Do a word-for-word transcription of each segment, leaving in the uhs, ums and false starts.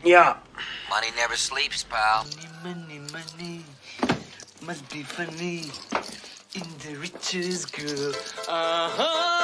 Yeah. Money never sleeps, pal. Money, money, must be funny in the riches, girl. Uh-huh.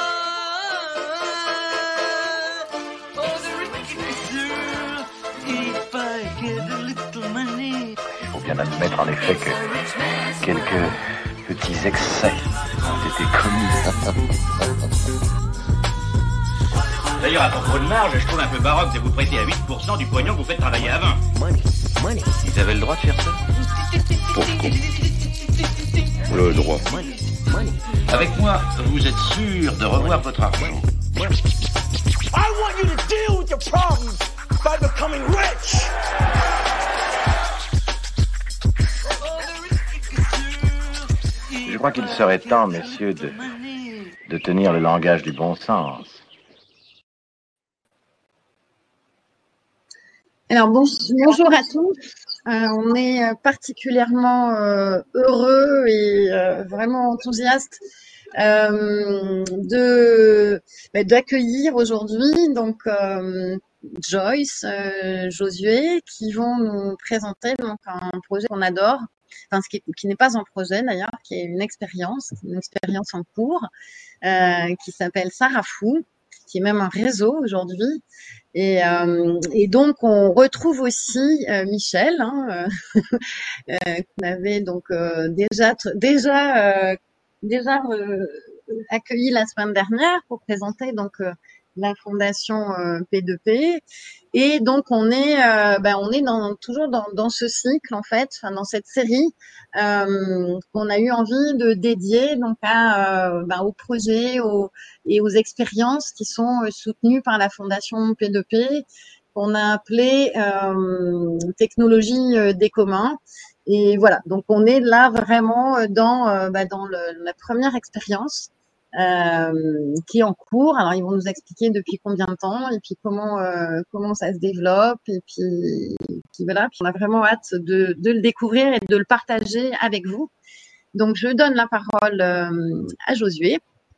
Oh, the riches, girl. If I get a little money. Il faut bien admettre en effet que quelques petits excès ont été commis. D'ailleurs, à propos de marge, je trouve un peu baroque de vous prêter à huit pour cent du pognon que vous faites travailler à vingt. Money, money. Ils avaient le droit de faire ça? Pourquoi? Le droit. Money, money. Avec moi, vous êtes sûr de revoir votre argent. I want you to deal with your problems by becoming rich. Je crois qu'il serait temps, messieurs, de, de tenir le langage du bon sens. Alors bon, bonjour à tous. Euh, on est particulièrement euh, heureux et euh, vraiment enthousiastes euh, de bah, d'accueillir aujourd'hui donc euh, Joyce, euh, Josué, qui vont nous présenter donc un projet qu'on adore, enfin ce qui, qui n'est pas un projet d'ailleurs, qui est une expérience, une expérience en cours, euh, qui s'appelle Sarafou, qui est même un réseau aujourd'hui. Et, euh, et donc on retrouve aussi euh, Michel, hein, euh, qu'on avait donc euh, déjà déjà euh, déjà euh, accueilli la semaine dernière pour présenter donc euh, la fondation euh, P deux P. Et donc on est euh, ben on est dans, toujours dans, dans ce cycle en fait, enfin dans cette série euh, qu'on a eu envie de dédier donc à euh, ben, aux projets aux, et aux expériences qui sont euh, soutenues par la fondation P deux P, qu'on a appelé euh, technologie euh, des communs. Et voilà, donc on est là vraiment dans euh, ben, dans le, la première expérience. Euh, qui est en cours. Alors ils vont nous expliquer depuis combien de temps et puis comment euh, comment ça se développe et puis, puis voilà. Puis on a vraiment hâte de, de le découvrir et de le partager avec vous. Donc je donne la parole euh, à Josué.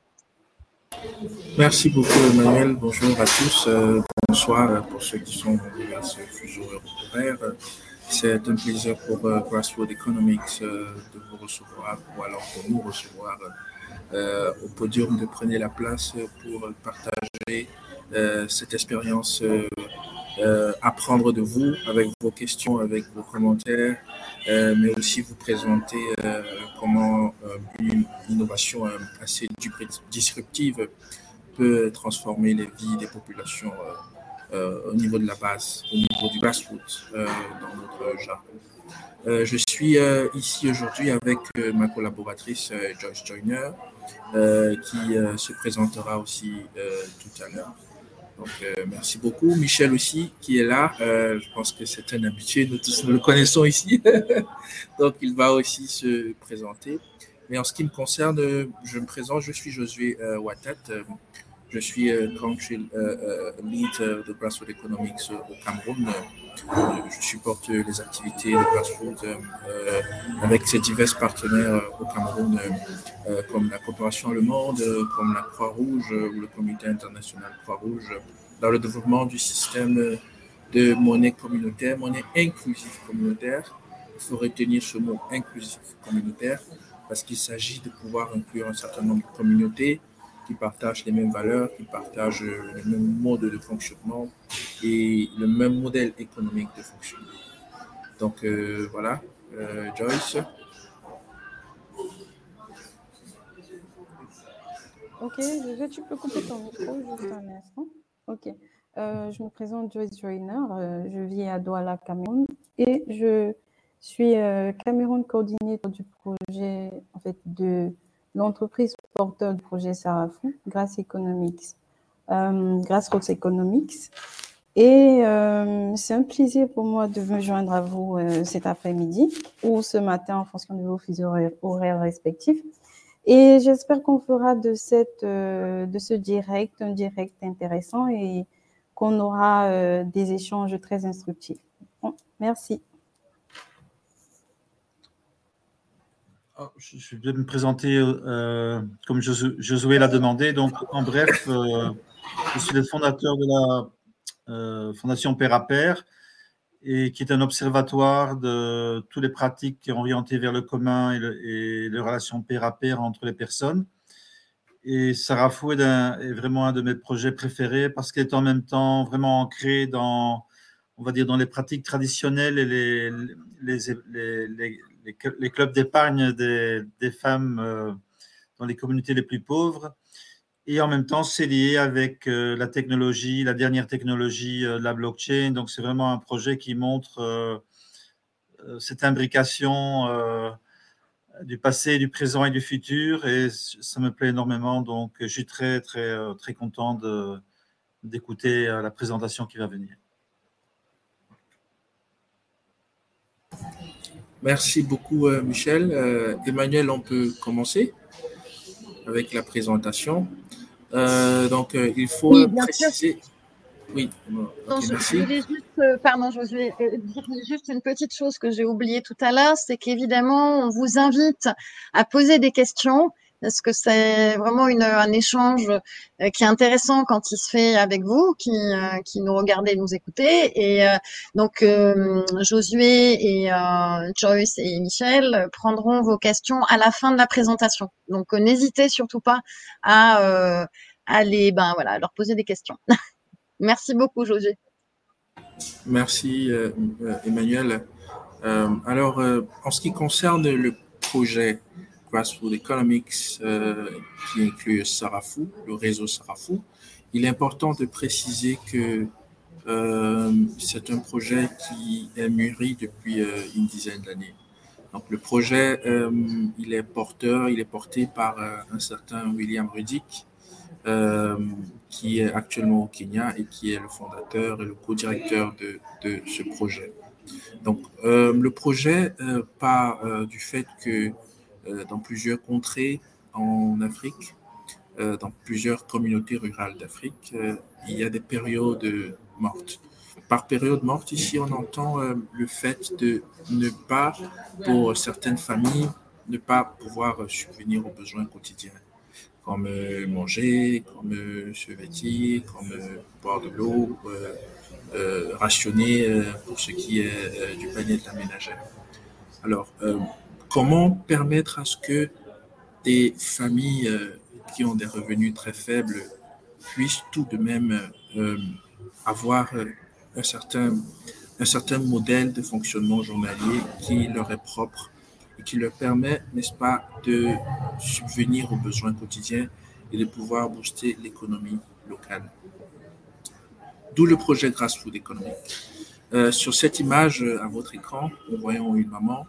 Merci beaucoup Emmanuel. Bonjour à tous. Euh, bonsoir pour ceux qui sont à ce fuseau horaire. C'est un plaisir pour euh, Grassroot Economics euh, de vous recevoir ou alors pour nous recevoir. Euh, au podium de Prenez la place pour partager euh, cette expérience, euh, euh, apprendre de vous avec vos questions, avec vos commentaires, euh, mais aussi vous présenter euh, comment euh, une innovation euh, assez disruptive peut transformer les vies des populations euh, euh, au niveau de la base, au niveau du grassroots euh, dans notre jargon. Euh, je suis euh, ici aujourd'hui avec euh, ma collaboratrice euh, Joyce Joyner, euh, qui euh, se présentera aussi euh, tout à l'heure. Donc, euh, merci beaucoup. Michel aussi, qui est là. Euh, je pense que c'est un habitué, nous tous nous le connaissons ici. Donc, il va aussi se présenter. Mais en ce qui me concerne, je me présente, je suis Josué euh, Ouattat. Je suis euh, country euh, lead de Grassroot Economics au Cameroun. Je supporte les activités de Grassroot euh, avec ses divers partenaires au Cameroun, euh, comme la Coopération Allemande, comme la Croix-Rouge ou le Comité international Croix-Rouge, dans le développement du système de monnaie communautaire, monnaie inclusive communautaire. Il faut retenir ce mot inclusif communautaire parce qu'il s'agit de pouvoir inclure un certain nombre de communautés qui partagent les mêmes valeurs, qui partagent le même mode de fonctionnement et le même modèle économique de fonctionnement. Donc euh, voilà, euh, Joyce. Ok, déjà tu peux couper ton micro juste un instant. Ok, euh, je me présente Joyce Joyner, euh, je vis à Douala, Cameroun et je suis euh, Cameroun coordinateur du projet en fait de l'entreprise porteur du projet Sarafou, Grass Economics, euh, Grassroots Economics. Et euh, c'est un plaisir pour moi de me joindre à vous euh, cet après-midi ou ce matin en fonction de vos fuseaux horaires respectifs. Et j'espère qu'on fera de, cette, euh, de ce direct un direct intéressant et qu'on aura euh, des échanges très instructifs. Bon, merci. Je vais me présenter euh, comme Josué l'a demandé. Donc, en bref, euh, je suis le fondateur de la euh, Fondation Père à Pair et qui est un observatoire de toutes les pratiques orientées vers le commun et, le, et les relations pair à pair entre les personnes. Et Sarafou est, un, est vraiment un de mes projets préférés parce qu'il est en même temps vraiment ancré dans, on va dire, dans les pratiques traditionnelles et les, les, les, les, les, les clubs d'épargne des, des femmes euh, dans les communautés les plus pauvres. Et en même temps, c'est lié avec euh, la technologie, la dernière technologie euh, de la blockchain. Donc, c'est vraiment un projet qui montre euh, euh, cette imbrication euh, du passé, du présent et du futur. Et ça me plaît énormément. Donc, je suis très, très, très content de, d'écouter euh, la présentation qui va venir. Merci beaucoup, euh, Michel. Euh, Emmanuel, on peut commencer avec la présentation. Euh, donc, euh, il faut oui, bien préciser. Sûr. Oui, non, okay, je, merci. Je voulais juste, euh, pardon, je voulais euh, dire juste une petite chose que j'ai oubliée tout à l'heure, c'est qu'évidemment, on vous invite à poser des questions parce que c'est vraiment une, un échange euh, qui est intéressant quand il se fait avec vous, qui, euh, qui nous regardez, nous écoutez. Et euh, donc, euh, Josué et euh, Joyce et Michel prendront vos questions à la fin de la présentation. Donc, euh, n'hésitez surtout pas à, euh, à les, ben voilà, leur poser des questions. Merci beaucoup, Josué. Merci, euh, Emmanuel. Euh, alors, euh, en ce qui concerne le projet Grassroots Economics, euh, qui inclut Sarafou, le réseau Sarafou, il est important de préciser que euh, c'est un projet qui est mûri depuis euh, une dizaine d'années. Donc, le projet, euh, il est porteur, il est porté par euh, un certain William Ruddick, Euh, qui est actuellement au Kenya et qui est le fondateur et le co-directeur de, de ce projet. Donc, euh, le projet euh, part euh, du fait que euh, dans plusieurs contrées en Afrique, euh, dans plusieurs communautés rurales d'Afrique, euh, il y a des périodes mortes. Par période morte, ici, on entend euh, le fait de ne pas, pour certaines familles, ne pas pouvoir subvenir aux besoins quotidiens, comme euh, manger, comme euh, se vêtir, comme euh, boire de l'eau, euh, euh, rationner euh, pour ce qui est euh, du panier de la ménagère. Alors, euh, comment permettre à ce que des familles euh, qui ont des revenus très faibles puissent tout de même euh, avoir euh, un certain, un certain modèle de fonctionnement journalier qui leur est propre et qui leur permet, n'est-ce pas, de subvenir aux besoins quotidiens et de pouvoir booster l'économie locale. D'où le projet Grassroots Economics. Euh, sur cette image à votre écran, nous voyons une maman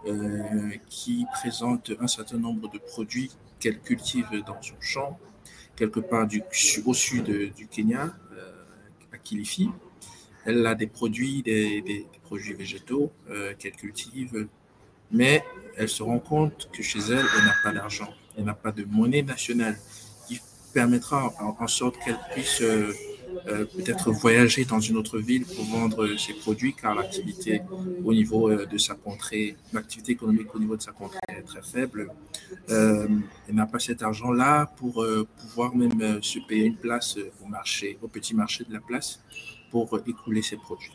euh, qui présente un certain nombre de produits qu'elle cultive dans son champ, quelque part du, au sud du Kenya, euh, à Kilifi. Elle a des produits, des, des, des produits végétaux euh, qu'elle cultive, mais elle se rend compte que chez elle, elle n'a pas d'argent, elle n'a pas de monnaie nationale qui permettra en, en sorte qu'elle puisse euh, euh, peut-être voyager dans une autre ville pour vendre ses produits, car l'activité au niveau euh, de sa contrée, l'activité économique au niveau de sa contrée est très faible. Euh, elle n'a pas cet argent-là pour euh, pouvoir même euh, se payer une place au marché, au petit marché de la place pour euh, écouler ses produits.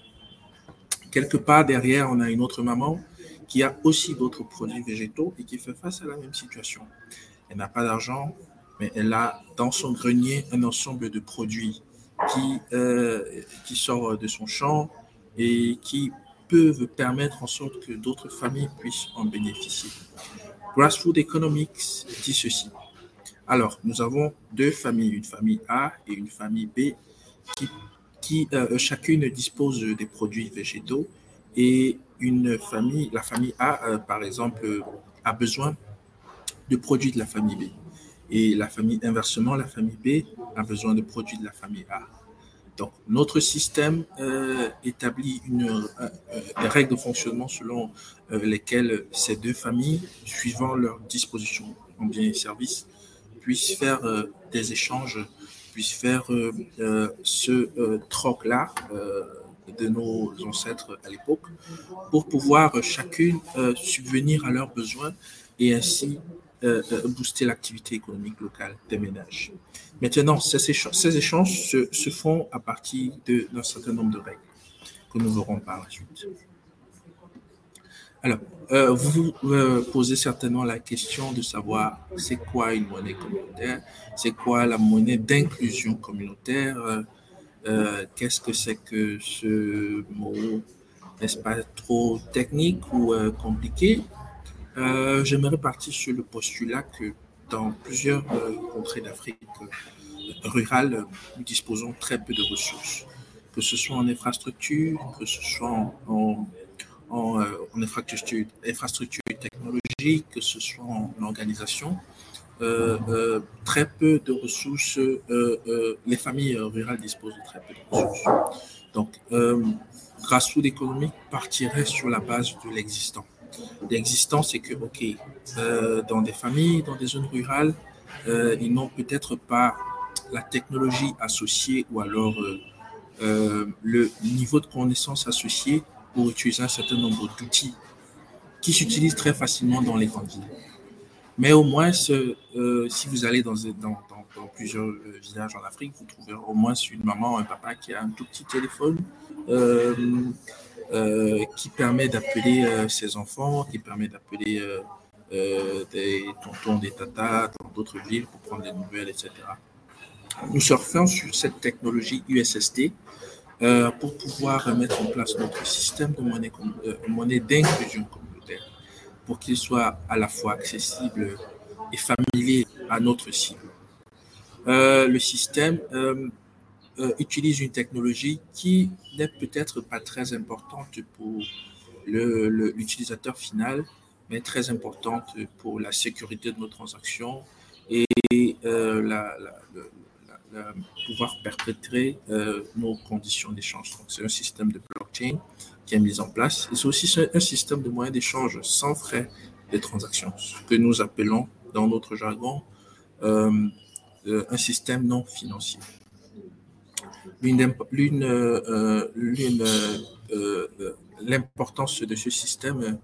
Quelque part derrière, on a une autre maman qui a aussi d'autres produits végétaux et qui fait face à la même situation. Elle n'a pas d'argent, mais elle a dans son grenier un ensemble de produits qui, euh, qui sort de son champ et qui peuvent permettre en sorte que d'autres familles puissent en bénéficier. Grassroots Economics dit ceci. Alors, nous avons deux familles, une famille A et une famille B, qui, qui euh, chacune dispose des produits végétaux. Et une famille, la famille A, euh, par exemple, euh, a besoin de produits de la famille B. Et la famille, inversement, la famille B a besoin de produits de la famille A. Donc, notre système euh, établit une, euh, euh, des règles de fonctionnement selon euh, lesquelles ces deux familles, suivant leurs dispositions en biens et services, puissent faire euh, des échanges, puissent faire euh, euh, ce euh, troc-là euh, de nos ancêtres à l'époque, pour pouvoir chacune euh, subvenir à leurs besoins et ainsi euh, booster l'activité économique locale des ménages. Maintenant, ces échanges, ces échanges se, se font à partir d'un certain nombre de règles que nous verrons par la suite. Alors, euh, vous vous euh, posez certainement la question de savoir c'est quoi une monnaie communautaire, c'est quoi la monnaie d'inclusion communautaire, euh, euh, qu'est-ce que c'est que ce mot, n'est-ce pas trop technique ou euh, compliqué? euh, J'aimerais partir sur le postulat que dans plusieurs euh, contrées d'Afrique euh, rurale, nous disposons très peu de ressources, que ce soit en infrastructure, que ce soit en, en En, euh, en infrastructure, infrastructure technologique, que ce soit en organisation, euh, euh, très peu de ressources, euh, euh, les familles rurales disposent de très peu de ressources. Donc, euh, Grassroots économique partirait sur la base de l'existant. L'existant, c'est que, OK, euh, dans des familles, dans des zones rurales, euh, ils n'ont peut-être pas la technologie associée ou alors euh, euh, le niveau de connaissance associé pour utiliser un certain nombre d'outils qui s'utilisent très facilement dans les grandes villes. Mais au moins, euh, si vous allez dans, dans, dans, dans plusieurs villages en Afrique, vous trouverez au moins une maman, un papa qui a un tout petit téléphone euh, euh, qui permet d'appeler euh, ses enfants, qui permet d'appeler euh, euh, des tontons, des tatas dans d'autres villes pour prendre des nouvelles, et cetera. Nous surfons sur cette technologie U S S D Euh, pour pouvoir mettre en place notre système de monnaie, euh, monnaie d'inclusion communautaire, pour qu'il soit à la fois accessible et familier à notre cible. Euh, le système euh, euh, utilise une technologie qui n'est peut-être pas très importante pour le, le, l'utilisateur final, mais très importante pour la sécurité de nos transactions et euh, la, la, la Euh, pouvoir perpétrer euh, nos conditions d'échange. Donc, c'est un système de blockchain qui est mis en place. Et c'est aussi un système de moyen d'échange sans frais de transaction, ce que nous appelons dans notre jargon euh, euh, un système non financier. L'une, l'une, euh, l'une, euh, euh, l'importance de ce système euh,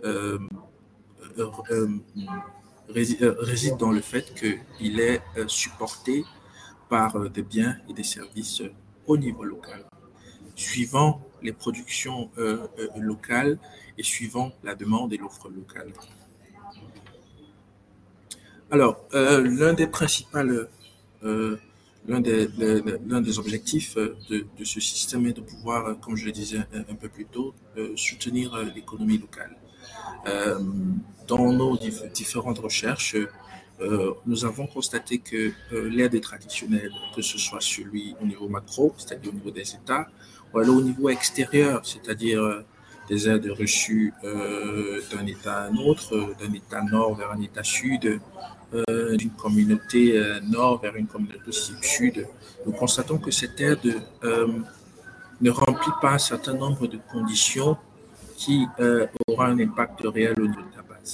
euh, euh, réside, euh, réside dans le fait qu'il est euh, supporté par des biens et des services au niveau local, suivant les productions euh, euh, locales et suivant la demande et l'offre locale. Alors, euh, l'un des principaux, euh, l'un des, de, de, l'un des objectifs de, de ce système est de pouvoir, comme je le disais un, un peu plus tôt, euh, soutenir l'économie locale. Euh, dans nos diff- différentes recherches, Euh, nous avons constaté que euh, l'aide traditionnelle, que ce soit celui au niveau macro, c'est-à-dire au niveau des États, ou alors au niveau extérieur, c'est-à-dire euh, des aides reçues euh, d'un État à un autre, d'un État nord vers un État sud, euh, d'une communauté euh, nord vers une communauté sud. Nous constatons que cette aide euh, ne remplit pas un certain nombre de conditions qui euh, aura un impact réel au niveau de la base.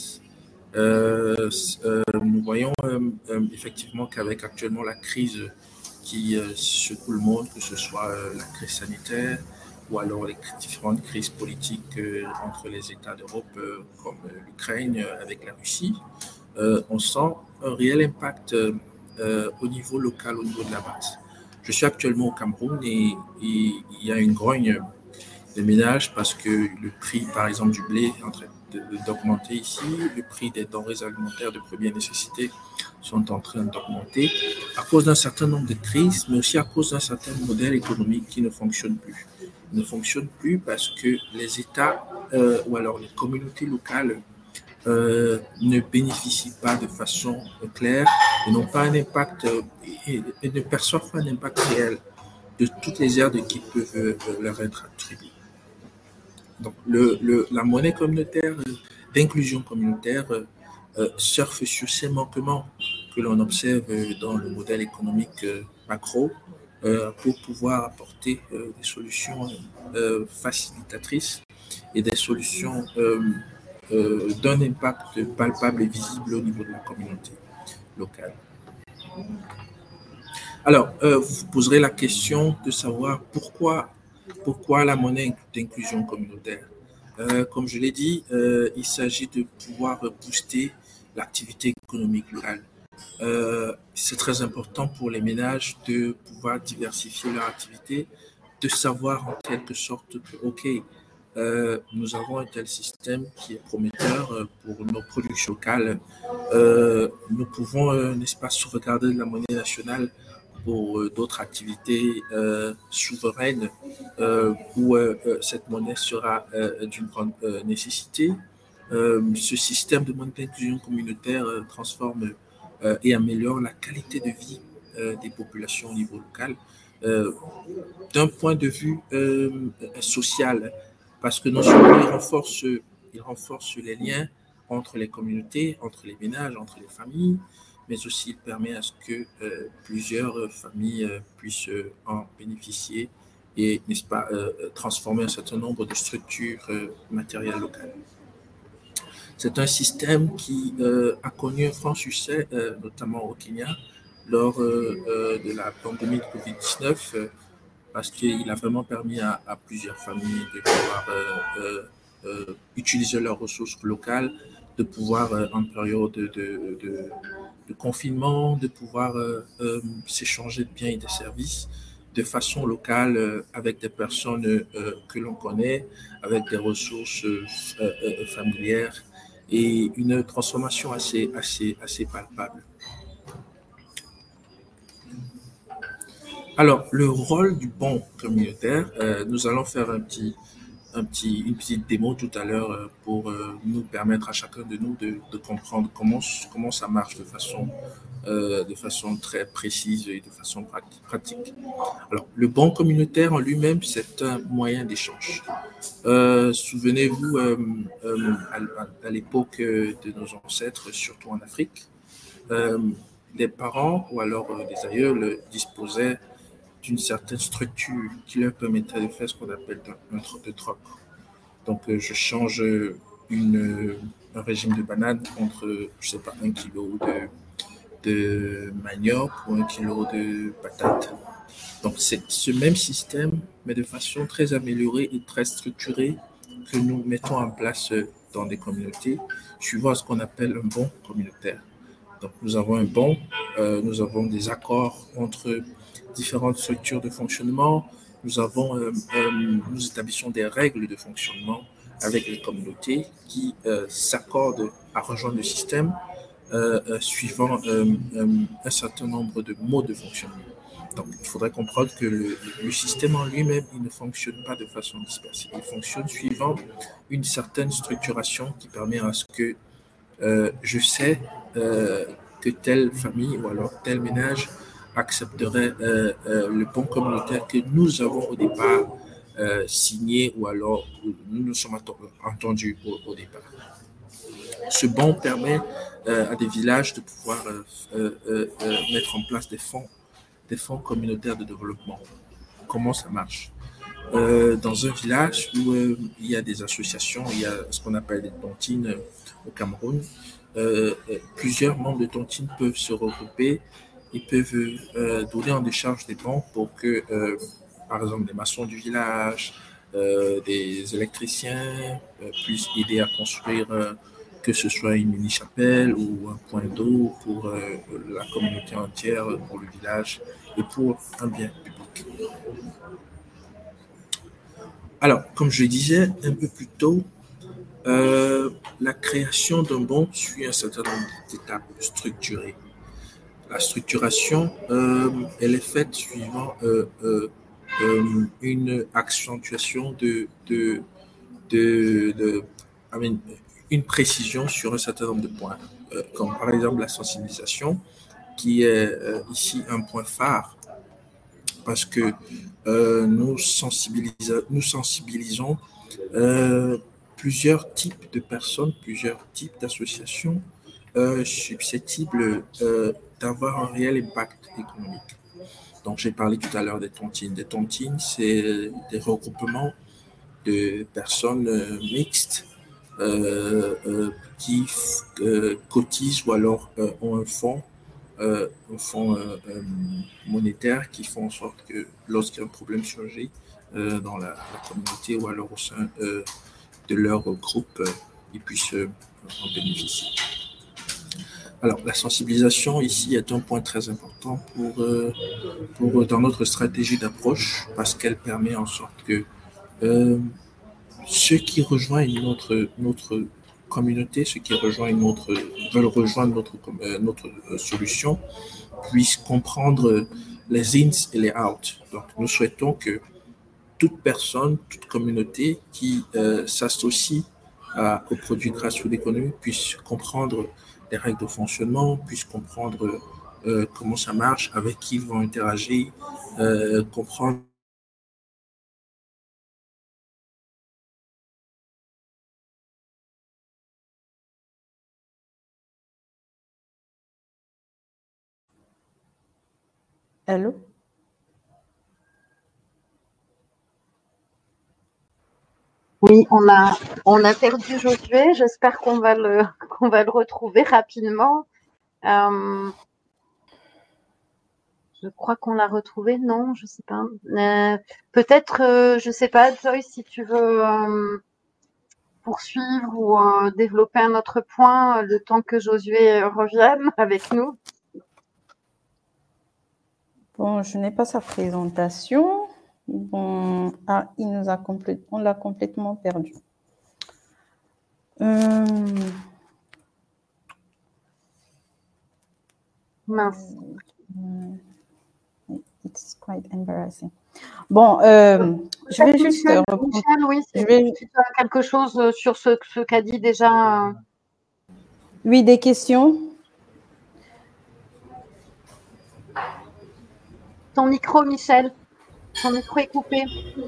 Euh, euh, nous voyons euh, euh, effectivement qu'avec actuellement la crise qui euh, secoue le monde, que ce soit euh, la crise sanitaire ou alors les différentes crises politiques euh, entre les États d'Europe euh, comme euh, l'Ukraine euh, avec la Russie, euh, on sent un réel impact euh, euh, au niveau local, au niveau de la base. Je suis actuellement au Cameroun et, et il y a une grogne des ménages parce que le prix, par exemple, du blé est en train d'augmenter ici, le prix des denrées alimentaires de première nécessité sont en train d'augmenter à cause d'un certain nombre de crises, mais aussi à cause d'un certain modèle économique qui ne fonctionne plus. Il ne fonctionne plus parce que les États euh, ou alors les communautés locales euh, ne bénéficient pas de façon claire et n'ont pas un impact euh, et, et ne perçoivent pas un impact réel de toutes les aides qui peuvent euh, leur être attribuées. Donc, le, le, la monnaie communautaire euh, d'inclusion communautaire euh, euh, surfe sur ces manquements que l'on observe dans le modèle économique euh, macro euh, pour pouvoir apporter euh, des solutions euh, facilitatrices et des solutions euh, euh, d'un impact palpable et visible au niveau de la communauté locale. Alors, euh, vous vous poserez la question de savoir pourquoi Pourquoi la monnaie d'inclusion communautaire? euh, Comme je l'ai dit, euh, il s'agit de pouvoir booster l'activité économique locale. Euh, c'est très important pour les ménages de pouvoir diversifier leur activité, de savoir en quelque sorte que, OK, euh, nous avons un tel système qui est prometteur pour nos productions locales. Euh, nous pouvons, euh, n'est-ce pas, sauvegarder la monnaie nationale pour euh, d'autres activités euh, souveraines euh, où euh, euh, cette monnaie sera euh, d'une grande euh, nécessité. Euh, ce système de monnaie d'inclusion communautaire euh, transforme euh, et améliore la qualité de vie euh, des populations au niveau local euh, d'un point de vue euh, social, parce que non seulement il renforce, il renforce les liens entre les communautés, entre les ménages, entre les familles, mais aussi il permet à ce que euh, plusieurs familles euh, puissent euh, en bénéficier et, n'est-ce pas, euh, transformer un certain nombre de structures euh, matérielles locales. C'est un système qui euh, a connu un franc succès, euh, notamment au Kenya, lors euh, euh, de la pandémie de covid dix-neuf, euh, parce qu'il a vraiment permis à, à plusieurs familles de pouvoir euh, euh, euh, utiliser leurs ressources locales, de pouvoir, euh, en période de, de, de, de confinement, de pouvoir euh, euh, s'échanger de biens et de services de façon locale euh, avec des personnes euh, que l'on connaît, avec des ressources euh, euh, familières et une transformation assez, assez, assez palpable. Alors, le rôle du bon communautaire, euh, nous allons faire un petit, un petit, une petite démo tout à l'heure euh, pour euh, nous permettre à chacun de nous de, de comprendre comment, comment ça marche de façon, euh, de façon très précise et de façon pratique. Alors, le bon communautaire en lui-même, c'est un moyen d'échange. Euh, souvenez-vous, euh, euh, à, à l'époque de nos ancêtres, surtout en Afrique, euh, les parents ou alors euh, des aïeuls disposaient d'une certaine structure qui leur permettait de faire ce qu'on appelle un troc de troc. Donc, euh, je change une, un régime de banane contre, je sais pas, un kilo de, de manioc ou un kilo de patates. Donc, c'est ce même système, mais de façon très améliorée et très structurée que nous mettons en place dans des communautés, suivant ce qu'on appelle un bon communautaire. Donc, nous avons un bon, euh, nous avons des accords entre différentes structures de fonctionnement. Nous avons, euh, euh, nous établissons des règles de fonctionnement avec les communautés qui euh, s'accordent à rejoindre le système euh, euh, suivant euh, euh, un certain nombre de modes de fonctionnement. Donc, il faudrait comprendre que le, le système en lui-même, il ne fonctionne pas de façon dispersée. Il fonctionne suivant une certaine structuration qui permet à ce que euh, je sais euh, que telle famille ou alors tel ménage accepterait euh, euh, le bon communautaire que nous avons au départ euh, signé ou alors nous nous sommes entendus au, au départ. Ce bon permet euh, à des villages de pouvoir euh, euh, euh, mettre en place des fonds, des fonds communautaires de développement. Comment ça marche? Euh, dans un village où euh, il y a des associations, il y a ce qu'on appelle des tontines euh, au Cameroun, euh, plusieurs membres de tontines peuvent se regrouper. Ils peuvent euh, donner en décharge des bons pour que, euh, par exemple, des maçons du village, euh, des électriciens euh, puissent aider à construire, euh, que ce soit une mini-chapelle ou un point d'eau pour euh, la communauté entière, pour le village et pour un bien public. Alors, comme je le disais un peu plus tôt, euh, la création d'un bon suit un certain nombre d'étapes structurées. La structuration, euh, elle est faite suivant euh, euh, euh, une accentuation de, de, de, de I mean, une précision sur un certain nombre de points, euh, comme par exemple la sensibilisation, qui est euh, ici un point phare, parce que euh, nous, sensibilisa- nous sensibilisons euh, plusieurs types de personnes, plusieurs types d'associations euh, susceptibles euh, d'avoir un réel impact économique. Donc, j'ai parlé tout à l'heure des tontines. Des tontines, c'est des regroupements de personnes euh, mixtes euh, euh, qui euh, cotisent ou alors euh, ont un fonds, euh, un fonds euh, euh, monétaire qui font en sorte que lorsqu'il y a un problème surgit euh, dans la, la communauté ou alors au sein euh, de leur groupe, euh, ils puissent euh, en bénéficier. Alors, la sensibilisation ici est un point très important pour, euh, pour dans notre stratégie d'approche parce qu'elle permet en sorte que euh, ceux qui rejoignent notre, notre communauté, ceux qui rejoignent notre, veulent rejoindre notre, euh, notre solution, puissent comprendre les ins et les outs. Donc, nous souhaitons que toute personne, toute communauté qui euh, s'associe à, aux produits Grassroots Economy puisse comprendre les règles de fonctionnement, puisse comprendre euh, comment ça marche, avec qui ils vont interagir, euh, comprendre Allô? Oui, on a, on a perdu Josué. J'espère qu'on va le, qu'on va le retrouver rapidement. Euh, je crois qu'on l'a retrouvé. Non, je sais pas. Euh, peut-être, euh, je sais pas, Joyce, si tu veux euh, poursuivre ou euh, développer un autre point, euh, le temps que Josué revienne avec nous. Bon, je n'ai pas sa présentation. Bon, ah, il nous a complè- on l'a complètement perdu. Euh, Mince. It's quite embarrassing. Bon, euh, je vais Michel, juste reprendre. Michel, oui, Je vais... si tu as quelque chose sur ce, ce qu'a dit déjà. Euh... Oui, des questions? Ton micro, Michel. Ton micro est coupé.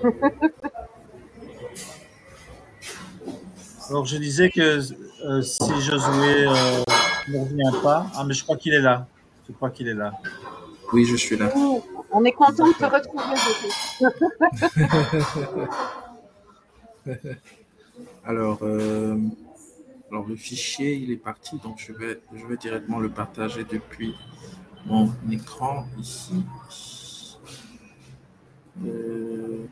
Alors, je disais que euh, si Josué euh, ne revient pas, ah, mais je crois qu'il est là. Je crois qu'il est là. Oui, je suis là. Oui, on est content de te retrouver, Josué. alors, euh, alors, le fichier, il est parti, donc je vais, je vais directement le partager depuis mon écran ici. Euh...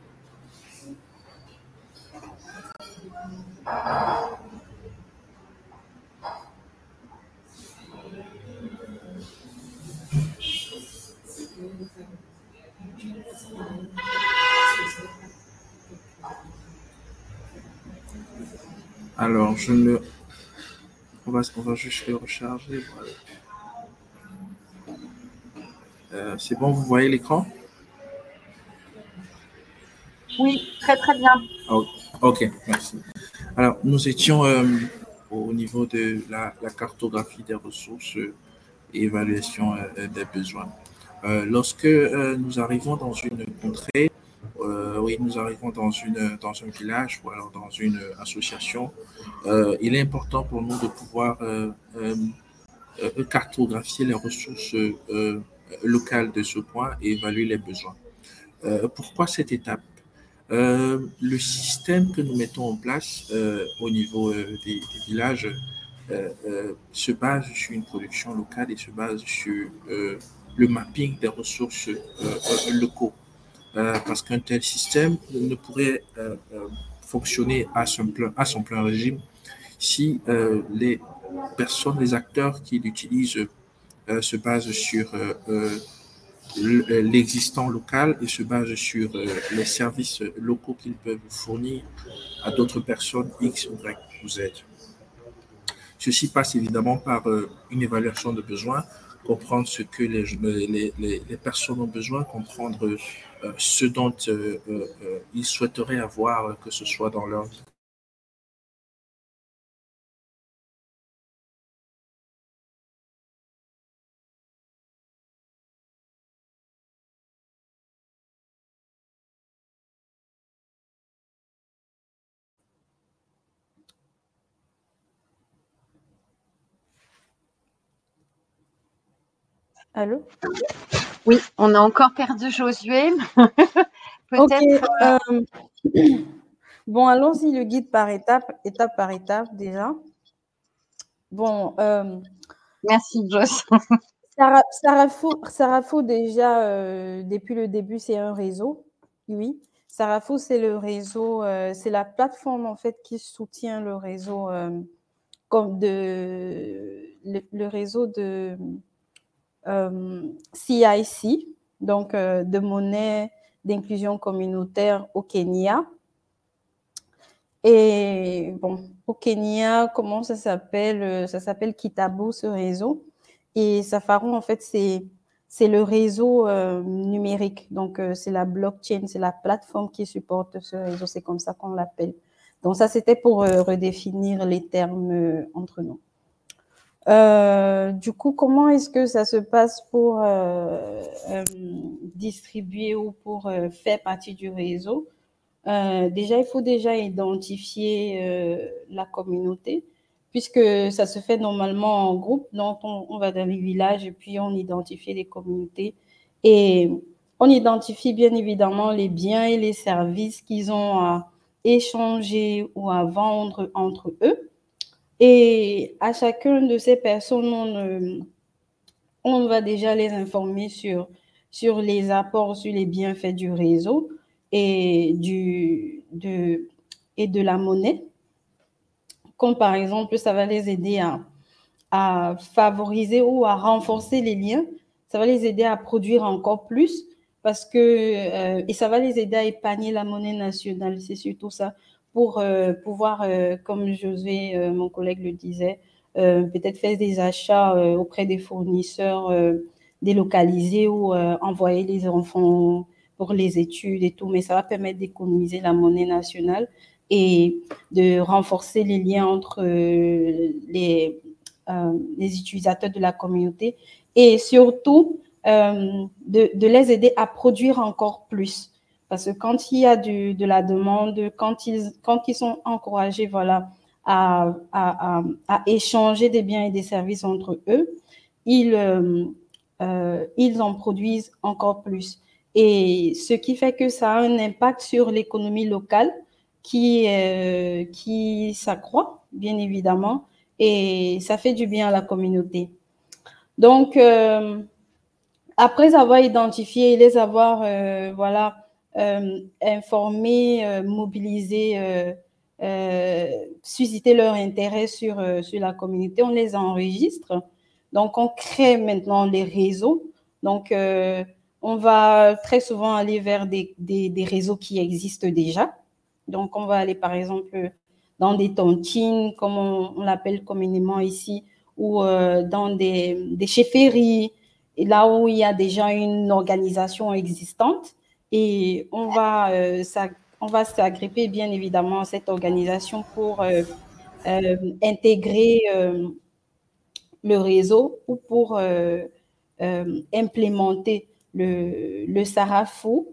Alors, je ne... On va, on va juste le recharger. Voilà. Euh, c'est bon, vous voyez l'écran? Oui, très très bien. Oh, ok, merci. Alors, nous étions euh, au niveau de la, la cartographie des ressources et évaluation euh, des besoins. Euh, lorsque euh, nous arrivons dans une contrée, euh, oui, nous arrivons dans, une, dans un village ou alors dans une association, euh, il est important pour nous de pouvoir euh, euh, euh, cartographier les ressources euh, locales de ce point et évaluer les besoins. Euh, pourquoi cette étape? Euh, le système que nous mettons en place euh, au niveau euh, des, des villages euh, euh, se base sur une production locale et se base sur euh, le mapping des ressources euh, euh, locaux. Euh, parce qu'un tel système ne pourrait euh, euh, fonctionner à son plein, à son plein régime si euh, les personnes, les acteurs qui l'utilisent euh, se basent sur euh, euh, l'existant local et se basent sur euh, les services locaux qu'ils peuvent fournir à d'autres personnes X, Y ou Z. Ceci passe évidemment par euh, une évaluation de besoins, comprendre ce que les, les, les, les personnes ont besoin, comprendre euh, ce dont euh, euh, ils souhaiteraient avoir, que ce soit dans leur vie. Allô? Oui, on a encore perdu Josué. Peut-être. Okay, euh... Bon, allons-y, le guide par étape, étape par étape déjà. Bon. Euh... Merci, Joss. Sarafo, Sarafo déjà, euh, depuis le début, c'est un réseau. Oui. Sarafo, c'est le réseau, euh, c'est la plateforme en fait qui soutient le réseau euh, comme de, le, le réseau de euh, C I C, donc euh, de monnaie d'inclusion communautaire au Kenya. Et bon, au Kenya, comment ça s'appelle? Ça s'appelle Kitabo, ce réseau. Et Safari, en fait, c'est c'est le réseau euh, numérique. Donc, euh, c'est la blockchain, c'est la plateforme qui supporte ce réseau. C'est comme ça qu'on l'appelle. Donc, ça, c'était pour euh, redéfinir les termes euh, entre nous. Euh, du coup, comment est-ce que ça se passe pour euh, euh, distribuer ou pour euh, faire partie du réseau? Euh, déjà, il faut déjà identifier euh, la communauté, puisque ça se fait normalement en groupe. Donc, on, on va dans les villages et puis on identifie les communautés. Et on identifie bien évidemment les biens et les services qu'ils ont à échanger ou à vendre entre eux. Et à chacun de ces personnes, on, euh, on va déjà les informer sur, sur les apports, sur les bienfaits du réseau et, du, de, et de la monnaie. Comme par exemple, ça va les aider à, à favoriser ou à renforcer les liens. Ça va les aider à produire encore plus parce que, euh, et ça va les aider à épargner la monnaie nationale. C'est surtout ça. Pour euh, pouvoir, euh, comme Josué, euh, mon collègue le disait, euh, peut-être faire des achats euh, auprès des fournisseurs euh, délocalisés ou euh, envoyer les enfants pour les études et tout, mais ça va permettre d'économiser la monnaie nationale et de renforcer les liens entre euh, les, euh, les utilisateurs de la communauté et surtout euh, de, de les aider à produire encore plus. Parce que quand il y a du, de la demande, quand ils, quand ils sont encouragés voilà, à, à, à, à échanger des biens et des services entre eux, ils, euh, euh, ils en produisent encore plus. Et ce qui fait que ça a un impact sur l'économie locale qui, euh, qui s'accroît, bien évidemment, et ça fait du bien à la communauté. Donc, euh, après avoir identifié et les avoir, euh, voilà, euh, informés, euh, mobilisés, euh, euh, susciter leur intérêt sur, euh, sur la communauté, on les enregistre. Donc, on crée maintenant les réseaux. Donc, euh, on va très souvent aller vers des, des, des réseaux qui existent déjà. Donc, on va aller, par exemple, dans des tontines, comme on, on l'appelle communément ici, ou euh, dans des, des chefferies, et là où il y a déjà une organisation existante. Et on va, euh, on va s'agripper, bien évidemment, à cette organisation pour euh, euh, intégrer euh, le réseau ou pour euh, euh, implémenter le, le Sarafou.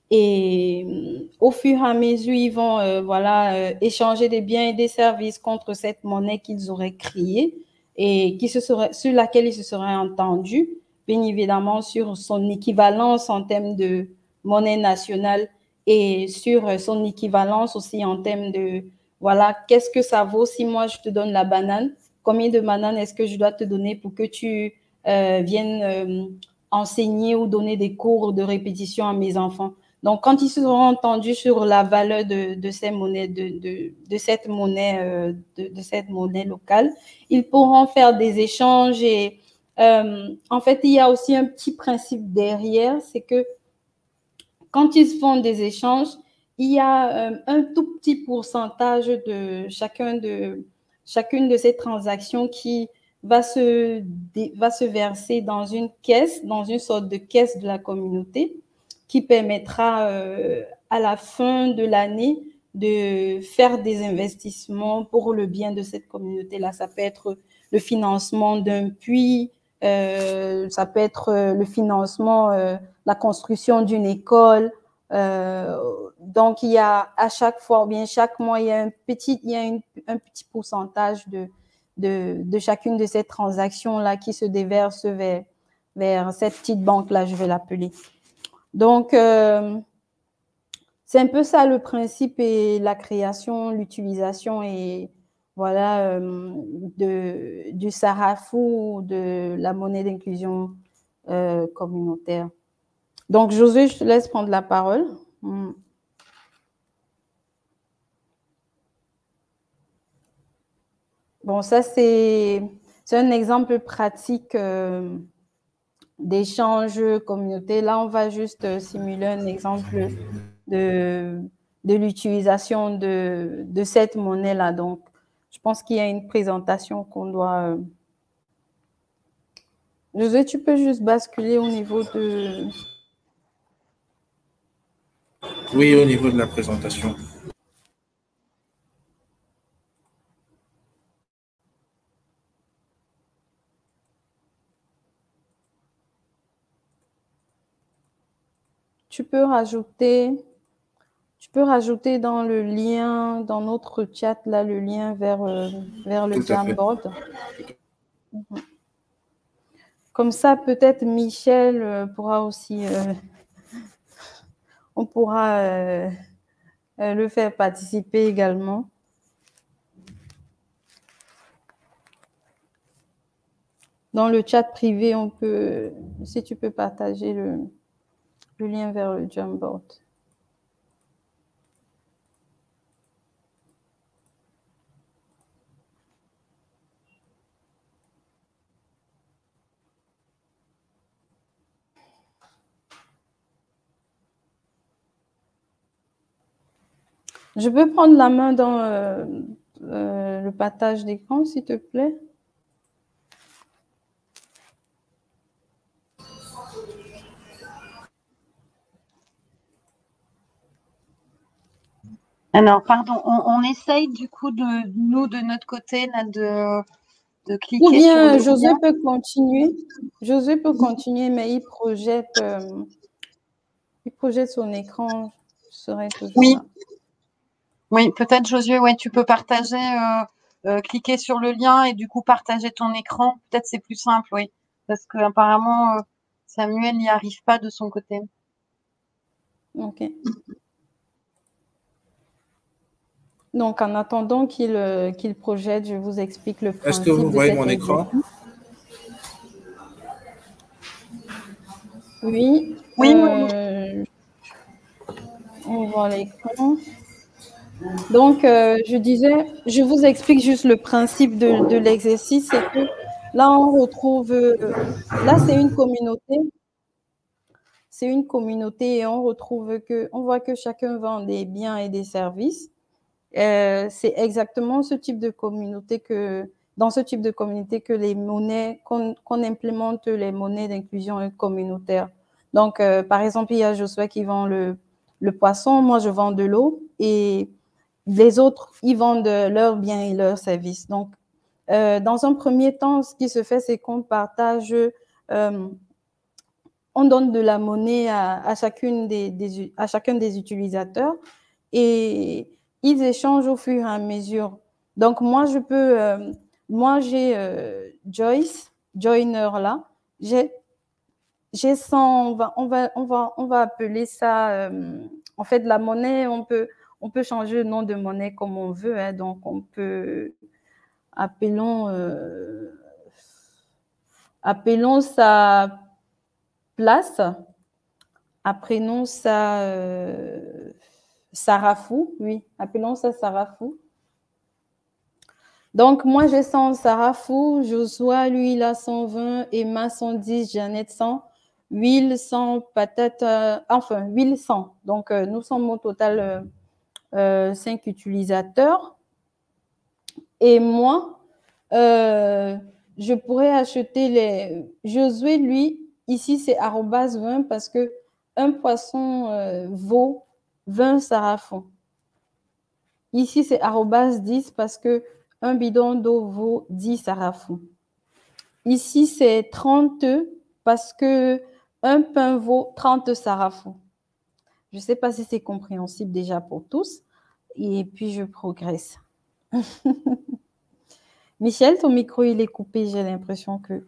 Et euh, au fur et à mesure, ils vont euh, voilà, euh, échanger des biens et des services contre cette monnaie qu'ils auraient créée et qui se serait, sur laquelle ils se seraient entendus, bien évidemment sur son équivalence en termes de monnaie nationale et sur son équivalence aussi en termes de, voilà, qu'est-ce que ça vaut si moi je te donne la banane? Combien de bananes est-ce que je dois te donner pour que tu euh, viennes euh, enseigner ou donner des cours de répétition à mes enfants? Donc, quand ils seront entendus sur la valeur de, de, ces monnaies, de, de, de cette monnaie, euh, de, de cette monnaie locale, ils pourront faire des échanges. Et euh, en fait, il y a aussi un petit principe derrière, c'est que quand ils font des échanges, il y a euh, un tout petit pourcentage de chacun de chacune de ces transactions qui va se, va se verser dans une caisse, dans une sorte de caisse de la communauté, qui permettra euh, à la fin de l'année de faire des investissements pour le bien de cette communauté-là. Ça peut être le financement d'un puits, euh, ça peut être le financement, euh, la construction d'une école. Euh, donc, il y a à chaque fois, ou bien chaque mois, il y a un petit, il y a une, un petit pourcentage de, de, de chacune de ces transactions-là qui se déverse vers, vers cette petite banque-là, je vais l'appeler. Donc, euh, c'est un peu ça le principe et la création, l'utilisation et voilà euh, de, du Sarafou, de la monnaie d'inclusion euh, communautaire. Donc, Josué, je te laisse prendre la parole. Mm. Bon, ça, c'est un exemple pratique euh, d'échange communauté. Là, on va juste euh, simuler un exemple de, de l'utilisation de, de cette monnaie-là. Donc, je pense qu'il y a une présentation qu'on doit... Euh... José, tu peux juste basculer au niveau de... Oui, au niveau de la présentation. Tu peux rajouter, tu peux rajouter dans le lien, dans notre chat, là, le lien vers, euh, vers le Jamboard. Mm-hmm. Comme ça, peut-être Michel euh, pourra aussi, euh, on pourra euh, euh, le faire participer également. Dans le chat privé, on peut, si tu peux partager le, le lien vers le Jamboard. Je peux prendre la main dans euh, euh, le partage d'écran, s'il te plaît? Alors, pardon, on, on essaye du coup de nous, de notre côté, là, de, de cliquer Ou bien, sur le José lien. peut continuer. José peut continuer, mais il projette, euh, il projette son écran, serait toujours Oui. là. Oui, peut-être, Josué, ouais, tu peux partager, euh, euh, cliquer sur le lien et du coup partager ton écran. Peut-être c'est plus simple, oui, parce que apparemment euh, Samuel n'y arrive pas de son côté. Ok. Donc, en attendant qu'il euh, qu'il projette, je vous explique le principe. Est-ce que vous de voyez cet mon écran? Oui. Oui, euh, on voit l'écran. Donc, euh, je disais, je vous explique juste le principe de, de l'exercice, c'est que là, on retrouve, euh, là, c'est une communauté, c'est une communauté et on retrouve que, on voit que chacun vend des biens et des services. Euh, c'est exactement ce type de communauté que, dans ce type de communauté que les monnaies, qu'on qu'on implémente les monnaies d'inclusion communautaire. Donc, euh, par exemple, il y a Josué qui vend le, le poisson, moi je vends de l'eau et les autres, ils vendent leurs biens et leurs services. Donc, euh, dans un premier temps, ce qui se fait, c'est qu'on partage, euh, on donne de la monnaie à, à, chacune des, des, à chacun des utilisateurs et ils échangent au fur et à mesure. Donc, moi, je peux, euh, moi, j'ai euh, Joyce, joiner là, j'ai j'ai cent, on va, on va, on va, on va appeler ça, euh, en fait, la monnaie, on peut, on peut changer le nom de monnaie comme on veut, hein, donc on peut, appelons, euh, appelons ça place, appelons ça euh, sarafou, oui, appelons ça sarafou. Donc, moi, j'ai cent sarafou, Joshua, lui, il a cent vingt, Emma, cent dix, Jeannette, cent, Will, cent, patate, euh, enfin, Will, cent. Donc, euh, nous sommes au total euh, euh, cinq utilisateurs. Et moi, euh, je pourrais acheter les... Josué, lui, ici, c'est arobase vingt parce que un poisson euh, vaut vingt sarafons. Ici, c'est arobase dix parce que un bidon d'eau vaut dix sarafons. Ici, c'est trente parce que un pain vaut trente sarafons. Je ne sais pas si c'est compréhensible déjà pour tous. Et puis, je progresse. Michel, ton micro, il est coupé. J'ai l'impression que...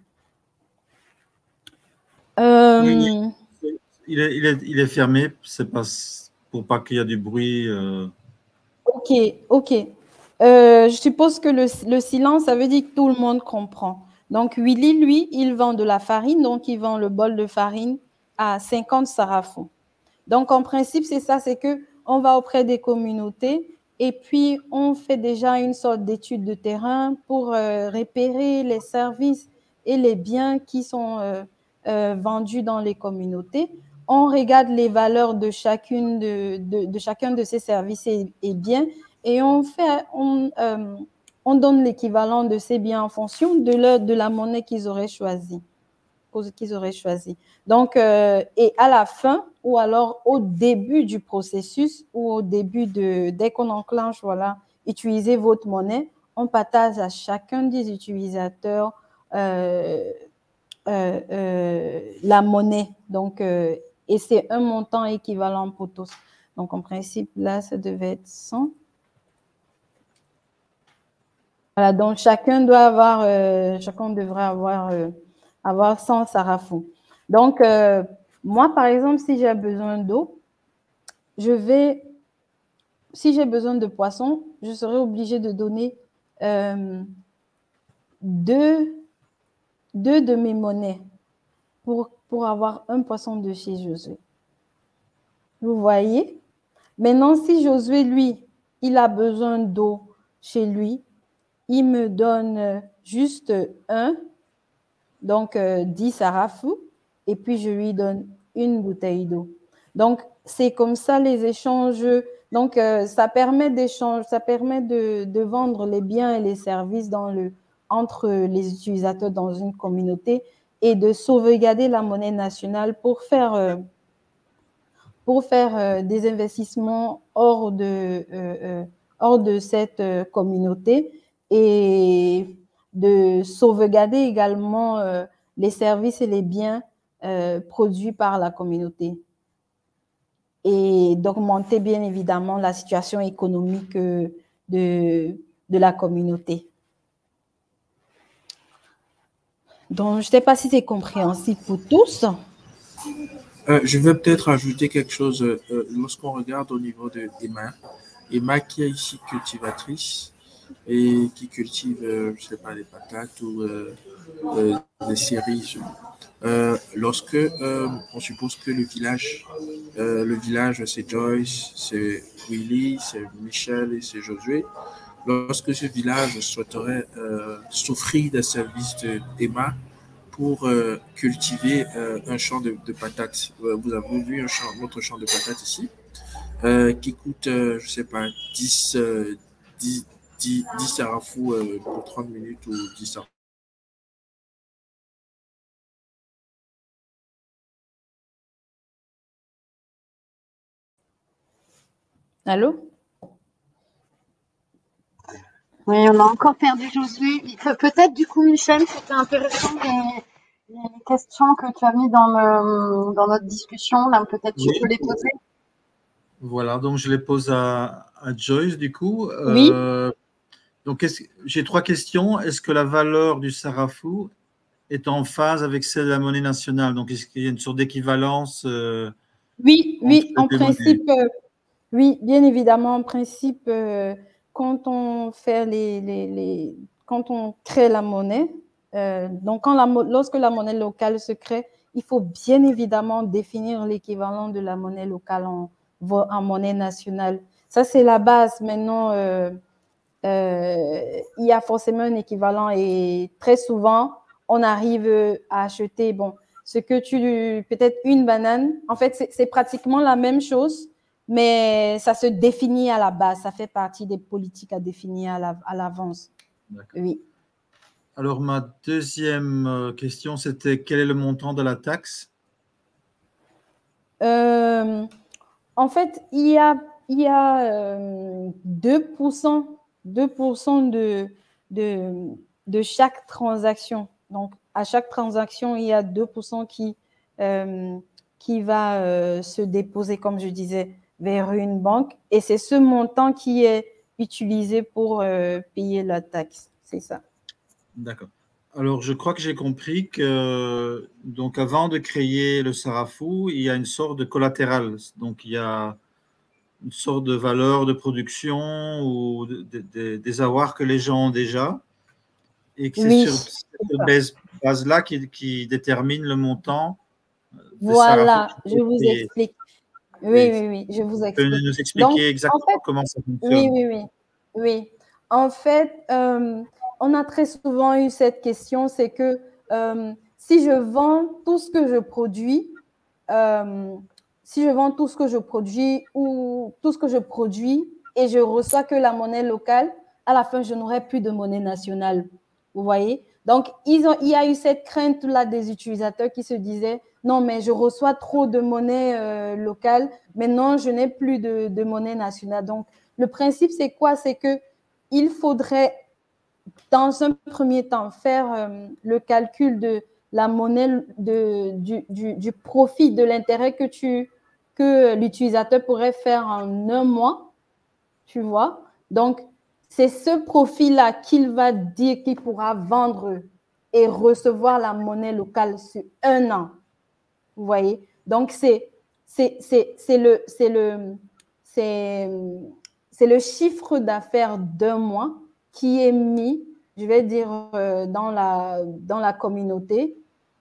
Euh... Oui, il, est, il, est, il est fermé. C'est pas pour pas qu'il y ait du bruit. Euh... Ok, ok. Euh, je suppose que le, le silence, ça veut dire que tout le monde comprend. Donc, Willy, lui, il vend de la farine, donc il vend le bol de farine à cinquante sarafons. Donc, en principe, c'est ça, c'est qu'on va auprès des communautés Et puis, on fait déjà une sorte d'étude de terrain pour euh, repérer les services et les biens qui sont euh, euh, vendus dans les communautés. On regarde les valeurs de, chacune de, de, de chacun de ces services et, et biens et on, fait, on, euh, on donne l'équivalent de ces biens en fonction de, leur, de la monnaie qu'ils auraient choisie. qu'ils auraient choisi. Donc, euh, et à la fin, ou alors au début du processus, ou au début de, dès qu'on enclenche, voilà, utilisez votre monnaie, on partage à chacun des utilisateurs euh, euh, euh, la monnaie. Donc, euh, et c'est un montant équivalent pour tous. Donc, en principe, là, ça devait être cent. Voilà, donc chacun doit avoir, euh, chacun devrait avoir, euh, avoir cent sarafos. Donc, euh, moi, par exemple, si j'ai besoin d'eau, je vais, si j'ai besoin de poisson, je serai obligée de donner euh, deux, deux de mes monnaies pour, pour avoir un poisson de chez Josué. Vous voyez? Maintenant, si Josué, lui, il a besoin d'eau chez lui, il me donne juste un, donc euh, dix sarafos, et puis je lui donne une bouteille d'eau. Donc, c'est comme ça les échanges. Donc, euh, ça permet d'échanger, ça permet de, de vendre les biens et les services dans le, entre les utilisateurs dans une communauté et de sauvegarder la monnaie nationale pour faire, euh, pour faire euh, des investissements hors de, euh, euh, hors de cette euh, communauté et de sauvegarder également euh, les services et les biens euh, produits par la communauté et d'augmenter bien évidemment la situation économique de, de la communauté. Donc, je ne sais pas si c'est compréhensible pour tous. Euh, je vais peut-être ajouter quelque chose. Euh, lorsqu'on regarde au niveau de Emma, Emma qui est ici cultivatrice et qui cultive, euh, je ne sais pas, des patates ou euh, euh, des cerises. Euh, lorsque euh, on suppose que le village, euh, le village, c'est Joyce, c'est Willy, c'est Michel et c'est Josué. Lorsque ce village souhaiterait euh, s'offrir des services de Emma pour euh, cultiver euh, un champ de, de patates, euh, vous avez vu un champ, notre champ de patates ici, euh, qui coûte, euh, je sais pas, dix, euh, dix, dix, dix sarafos euh, pour trente minutes ou dix sarafos. Allô? Oui, on a encore perdu Josué. Peut-être, du coup, Michel, c'était intéressant les, les questions que tu as mis dans, le, dans notre discussion. Là, peut-être tu Oui. peux les poser. Voilà, donc je les pose à, à Joyce, du coup. Oui. Euh, donc, j'ai trois questions. Est-ce que la valeur du sarafou est en phase avec celle de la monnaie nationale? Donc, est-ce qu'il y a une sorte d'équivalence euh, Oui, oui, en principe, monnaies? euh, oui, bien évidemment, en principe, euh, quand on fait les, les, les, quand on crée la monnaie, euh, donc quand la, lorsque la monnaie locale se crée, il faut bien évidemment définir l'équivalent de la monnaie locale en, en monnaie nationale. Ça, c'est la base. Maintenant, euh, euh, il y a forcément un équivalent et très souvent, on arrive à acheter, bon, ce que tu, peut-être une banane, en fait, c'est pratiquement la même chose, mais ça se définit à la base, ça fait partie des politiques à définir à l'avance. La, oui. Alors, ma deuxième question, c'était quel est le montant de la taxe? euh, En fait, il y a, il y a euh, deux pour cent, deux pour cent de, de, de chaque transaction. Donc, à chaque transaction, il y a deux pour cent qui, euh, qui va euh, se déposer, comme je disais, vers une banque. Et c'est ce montant qui est utilisé pour euh, payer la taxe. C'est ça. D'accord. Alors, je crois que j'ai compris que, donc, avant de créer le sarafou, il y a une sorte de collatéral. Donc, il y a une sorte de valeur de production ou de, de, de, des avoirs que les gens ont déjà. Et que c'est oui, sur cette base-là qui, qui détermine le montant. Voilà, je vous explique. Oui, oui, oui, je vous explique. Tu peux nous expliquer Donc, exactement en fait, comment ça fonctionne? Oui, oui, oui. Oui. En fait, euh, on a très souvent eu cette question, c'est que euh, si je vends tout ce que je produis, euh, si je vends tout ce que je produis ou tout ce que je produis et je reçois que la monnaie locale, à la fin, je n'aurai plus de monnaie nationale. Vous voyez? Donc, ils ont, il y a eu cette crainte-là des utilisateurs qui se disaient, non, mais je reçois trop de monnaie euh, locale, maintenant, je n'ai plus de, de monnaie nationale. Donc, le principe, c'est quoi? C'est que il faudrait, dans un premier temps, faire euh, le calcul de la monnaie, de, du, du, du profit, de l'intérêt que, tu, que l'utilisateur pourrait faire en un mois, tu vois. Donc, c'est ce profit-là qu'il va dire qu'il pourra vendre et recevoir la monnaie locale sur un an. Vous voyez? Donc, c'est, c'est, c'est, c'est le, c'est le, c'est, c'est le chiffre d'affaires d'un mois qui est mis, je vais dire, euh, dans la, dans la communauté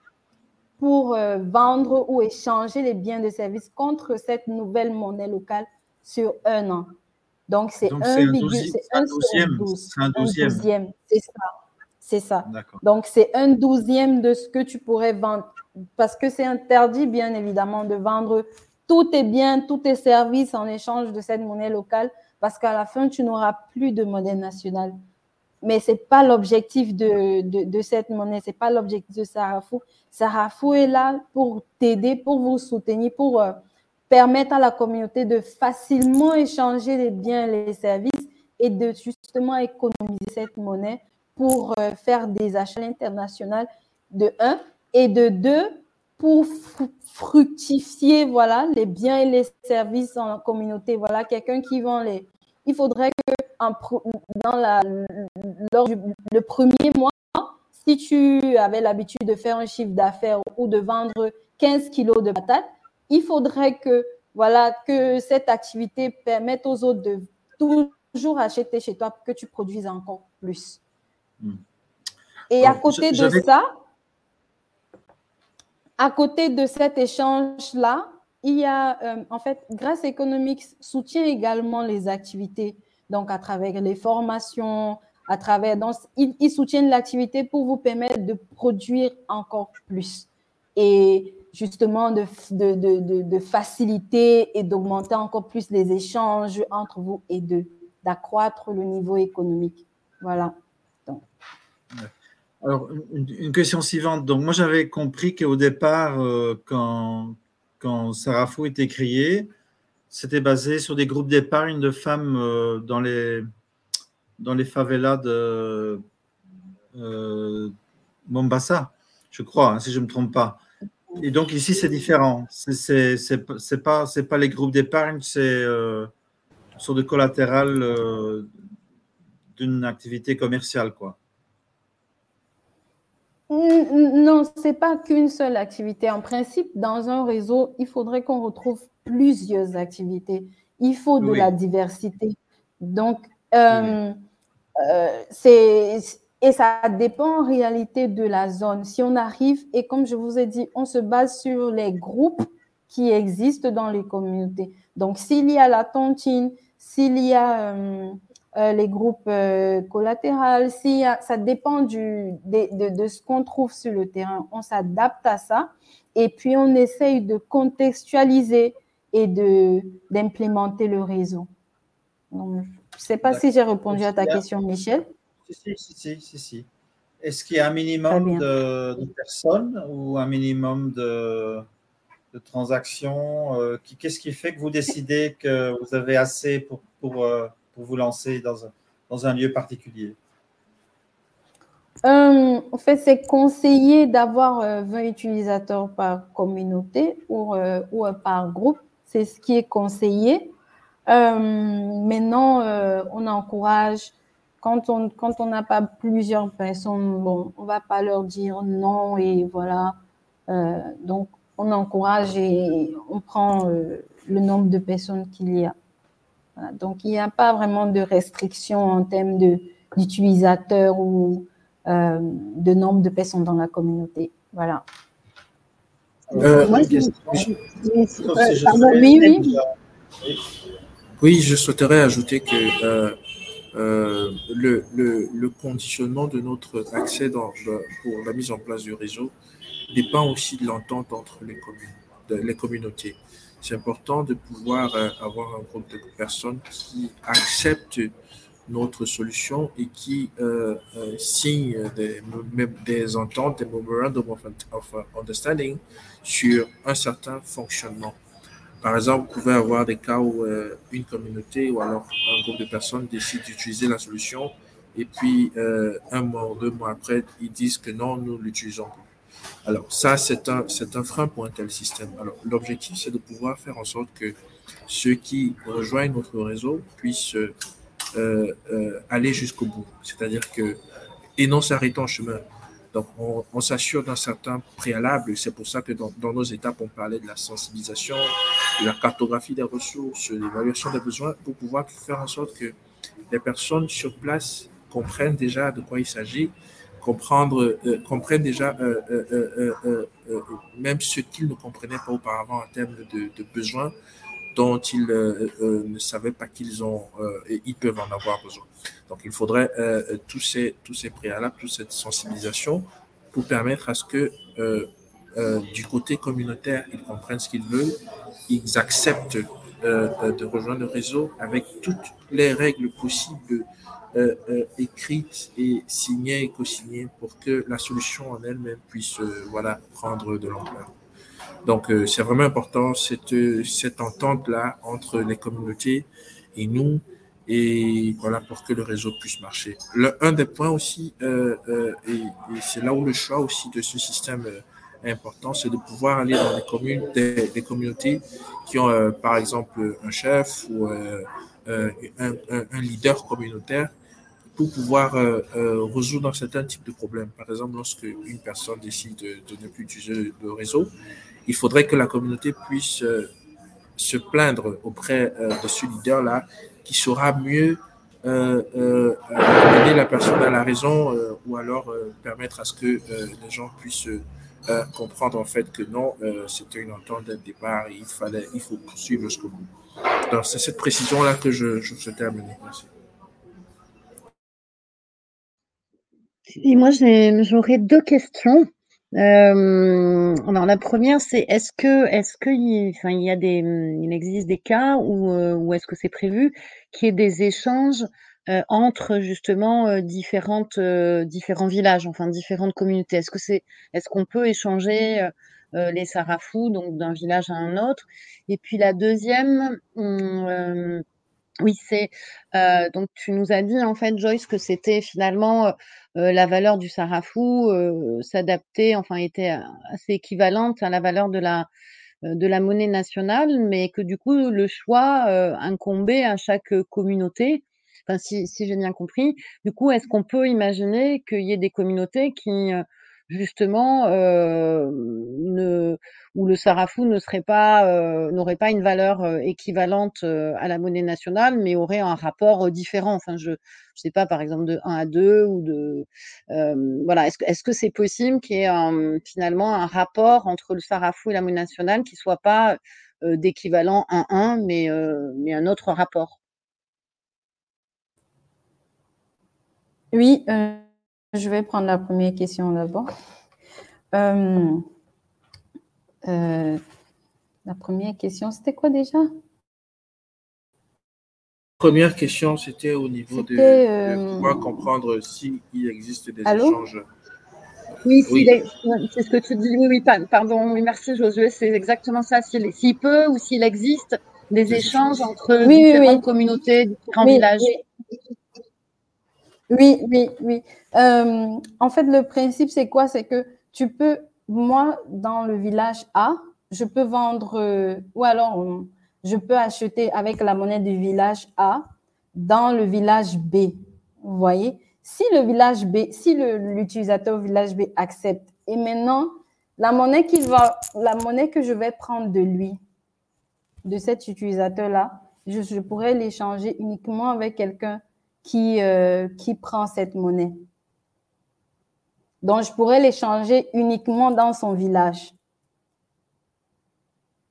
pour euh, vendre ou échanger les biens et services contre cette nouvelle monnaie locale sur un an. Donc, c'est Donc, un c'est un, virgule, douzi- c'est c'est un un sur douzième. douze, C'est un un douzième. douzième, c'est ça. C'est ça. D'accord. Donc, c'est un douzième de ce que tu pourrais vendre. Parce que c'est interdit, bien évidemment, de vendre tous tes biens, tous tes services en échange de cette monnaie locale, parce qu'à la fin, tu n'auras plus de monnaie nationale. Mais ce n'est pas l'objectif de, de, de cette monnaie, ce n'est pas l'objectif de Sarafou. Sarafou est là pour t'aider, pour vous soutenir, pour euh, permettre à la communauté de facilement échanger les biens et les services et de justement économiser cette monnaie pour euh, faire des achats internationaux de un, et de deux, pour fructifier voilà, les biens et les services en communauté. Voilà, quelqu'un qui vend les... Il faudrait que en, dans la, lors du le premier mois, si tu avais l'habitude de faire un chiffre d'affaires ou de vendre quinze kilos de patates, il faudrait que, voilà, que cette activité permette aux autres de toujours acheter chez toi pour que tu produises encore plus. Mmh. Et Alors, à côté de ça, à côté de cet échange-là, il y a, euh, en fait, Grâce Economics soutient également les activités, donc à travers les formations, à travers, donc, ils, ils soutiennent l'activité pour vous permettre de produire encore plus et justement de, de, de, de, de faciliter et d'augmenter encore plus les échanges entre vous et de, d'accroître le niveau économique. Voilà. Donc. Alors, une, une question suivante. Donc, moi, j'avais compris qu'au départ, euh, quand, quand Sarafou était créé, c'était basé sur des groupes d'épargne de femmes euh, dans, les, dans les favelas de euh, Mombasa, je crois, hein, si je ne me trompe pas. Et donc, ici, c'est différent. Ce n'est pas, pas les groupes d'épargne, c'est euh, sur le collatéral euh, d'une activité commerciale, quoi. Non, ce n'est pas qu'une seule activité. En principe, dans un réseau, il faudrait qu'on retrouve plusieurs activités. Il faut de oui. la diversité. Donc, euh, oui. euh, c'est, et ça dépend en réalité de la zone. Si on arrive, et comme je vous ai dit, on se base sur les groupes qui existent dans les communautés. Donc, s'il y a la tontine, s'il y a... Euh, Euh, les groupes euh, collatéraux, si, ça dépend du, de, de, de ce qu'on trouve sur le terrain. On s'adapte à ça et puis on essaye de contextualiser et de, d'implémenter le réseau. Donc, je ne sais pas D'accord. si j'ai répondu à ta question, Michel. Si, si, si, si, si, si. Est-ce qu'il y a un minimum de, de personnes ou un minimum de, de transactions euh, qui, Qu'est-ce qui fait que vous décidez que vous avez assez pour... pour euh, pour vous lancer dans un, dans un lieu particulier? euh, En fait, c'est conseillé d'avoir euh, vingt utilisateurs par communauté ou, euh, ou euh, par groupe. C'est ce qui est conseillé. Euh, maintenant, euh, on encourage, quand on quand on n'a pas plusieurs personnes, bon, on ne va pas leur dire non et voilà. Euh, donc, on encourage et on prend euh, le nombre de personnes qu'il y a. Donc, il n'y a pas vraiment de restriction en termes de, d'utilisateurs ou euh, de nombre de personnes dans la communauté. Voilà. Euh, Moi, je- je- je- Sauf si je pardon, serais- Oui, oui. oui, je souhaiterais ajouter que euh, euh, le, le, le conditionnement de notre accès dans, dans- pour la mise en place du réseau dépend aussi de l'entente entre les communes, de- les communautés. C'est important de pouvoir euh, avoir un groupe de personnes qui acceptent notre solution et qui euh, euh, signent des, des ententes, des memorandum of, of understanding sur un certain fonctionnement. Par exemple, vous pouvez avoir des cas où euh, une communauté ou alors un groupe de personnes décide d'utiliser la solution et puis euh, un mois ou deux mois après, ils disent que non, nous ne l'utilisons plus. Alors ça, c'est un, c'est un frein pour un tel système. Alors l'objectif, c'est de pouvoir faire en sorte que ceux qui rejoignent notre réseau puissent euh, euh, aller jusqu'au bout. C'est-à-dire que, et non s'arrêter en chemin. Donc, on, on s'assure d'un certain préalable. C'est pour ça que dans, dans nos étapes, on parlait de la sensibilisation, de la cartographie des ressources, l'évaluation des besoins, pour pouvoir faire en sorte que les personnes sur place comprennent déjà de quoi il s'agit, comprendre, euh, comprennent déjà euh, euh, euh, euh, euh, même ce qu'ils ne comprenaient pas auparavant en termes de, de besoins dont ils euh, euh, ne savaient pas qu'ils ont euh, et ils peuvent en avoir besoin. Donc, il faudrait euh, tous ces tous ces préalables, toute cette sensibilisation pour permettre à ce que euh, euh, du côté communautaire, ils comprennent ce qu'ils veulent, ils acceptent euh, de rejoindre le réseau avec toutes les règles possibles euh, euh, écrites et signées et co-signées pour que la solution en elle-même puisse euh, voilà, prendre de l'ampleur. Donc, euh, c'est vraiment important cette, cette entente-là entre les communautés et nous, et voilà, pour que le réseau puisse marcher. Le, un des points aussi, euh, euh, et, et c'est là où le choix aussi de ce système euh, est important, c'est de pouvoir aller dans des communes, des, des communautés qui ont, euh, par exemple, un chef ou euh, euh, un, un, un leader communautaire pour pouvoir euh, euh, résoudre un certain type de problème. Par exemple, lorsque une personne décide de, de ne plus utiliser le réseau, il faudrait que la communauté puisse euh, se plaindre auprès euh, de ce leader-là qui saura mieux euh, euh, amener la personne à la raison euh, ou alors euh, permettre à ce que euh, les gens puissent euh, comprendre en fait que non, euh, c'était une entente dès le départ et il fallait, il faut poursuivre jusqu'au bout. Donc c'est cette précision-là que je, je souhaitais amener. Merci. Et moi, j'ai- j'aurais deux questions. Euh, alors la première, c'est est-ce que, est-ce que, il, enfin, il y a des, il existe des cas où, euh, où est-ce que c'est prévu qu'il y ait des échanges euh, entre justement euh, différentes, euh, différents villages, enfin différentes communautés. Est-ce que c'est, est-ce qu'on peut échanger euh, euh, les sarafous donc d'un village à un autre? Et puis la deuxième, hum, euh, oui, c'est euh, donc tu nous as dit en fait, Joyce, que c'était finalement euh, euh, la valeur du sarafou euh, s'adaptait, enfin était euh, assez équivalente à la valeur de la euh, de la monnaie nationale, mais que du coup le choix euh, incombait à chaque communauté. Enfin, si, si j'ai bien compris. Du coup, est-ce qu'on peut imaginer qu'il y ait des communautés qui euh, justement euh, ne où le sarafou ne serait pas, euh, n'aurait pas une valeur euh, équivalente euh, à la monnaie nationale, mais aurait un rapport euh, différent. Enfin, je ne sais pas, par exemple, de un à deux ou de. Euh, voilà. Est-ce que est-ce que c'est possible qu'il y ait un, finalement un rapport entre le sarafou et la monnaie nationale qui soit pas euh, d'équivalent un un, mais, euh, mais un autre rapport? Oui, euh, je vais prendre la première question d'abord. Euh, euh, la première question, c'était quoi déjà? Première question, c'était au niveau de, C'était. de pouvoir Euh... comprendre s'il existe des Allô? échanges. Oui, s'il Oui. est- c'est ce que tu dis. Oui, oui, pa- pardon. Oui, merci, Josué. C'est exactement ça. S'il s'il peut ou s'il existe des Des échanges échanges. entre Oui, oui, différentes oui. communautés, différents Oui, villages. oui. Oui, oui, oui. Euh, en fait, le principe, c'est quoi? C'est que tu peux, moi, dans le village A, je peux vendre, euh, ou alors euh, je peux acheter avec la monnaie du village A dans le village B. Vous voyez? Si le village B, si le- l'utilisateur au village B accepte, et maintenant, la monnaie qu'il va, la monnaie que je vais prendre de lui, de cet utilisateur-là, je, je pourrais l'échanger uniquement avec quelqu'un qui, euh, qui prend cette monnaie. Donc, je pourrais l'échanger uniquement dans son village.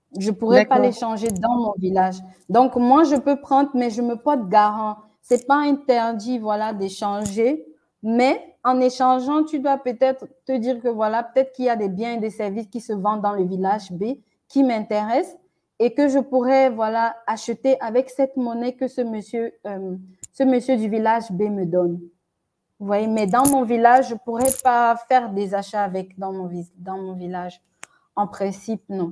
Je ne pourrais pas D'accord. les changer dans mon village. Donc, moi, je peux prendre, mais je me porte garant. Ce n'est pas interdit, voilà, d'échanger. Mais en échangeant, tu dois peut-être te dire que, voilà, peut-être qu'il y a des biens et des services qui se vendent dans le village B qui m'intéressent et que je pourrais, voilà, acheter avec cette monnaie que ce monsieur, euh, ce monsieur du village B me donne. Vous voyez, mais dans mon village, je ne pourrais pas faire des achats avec dans mon, dans mon village. En principe, non.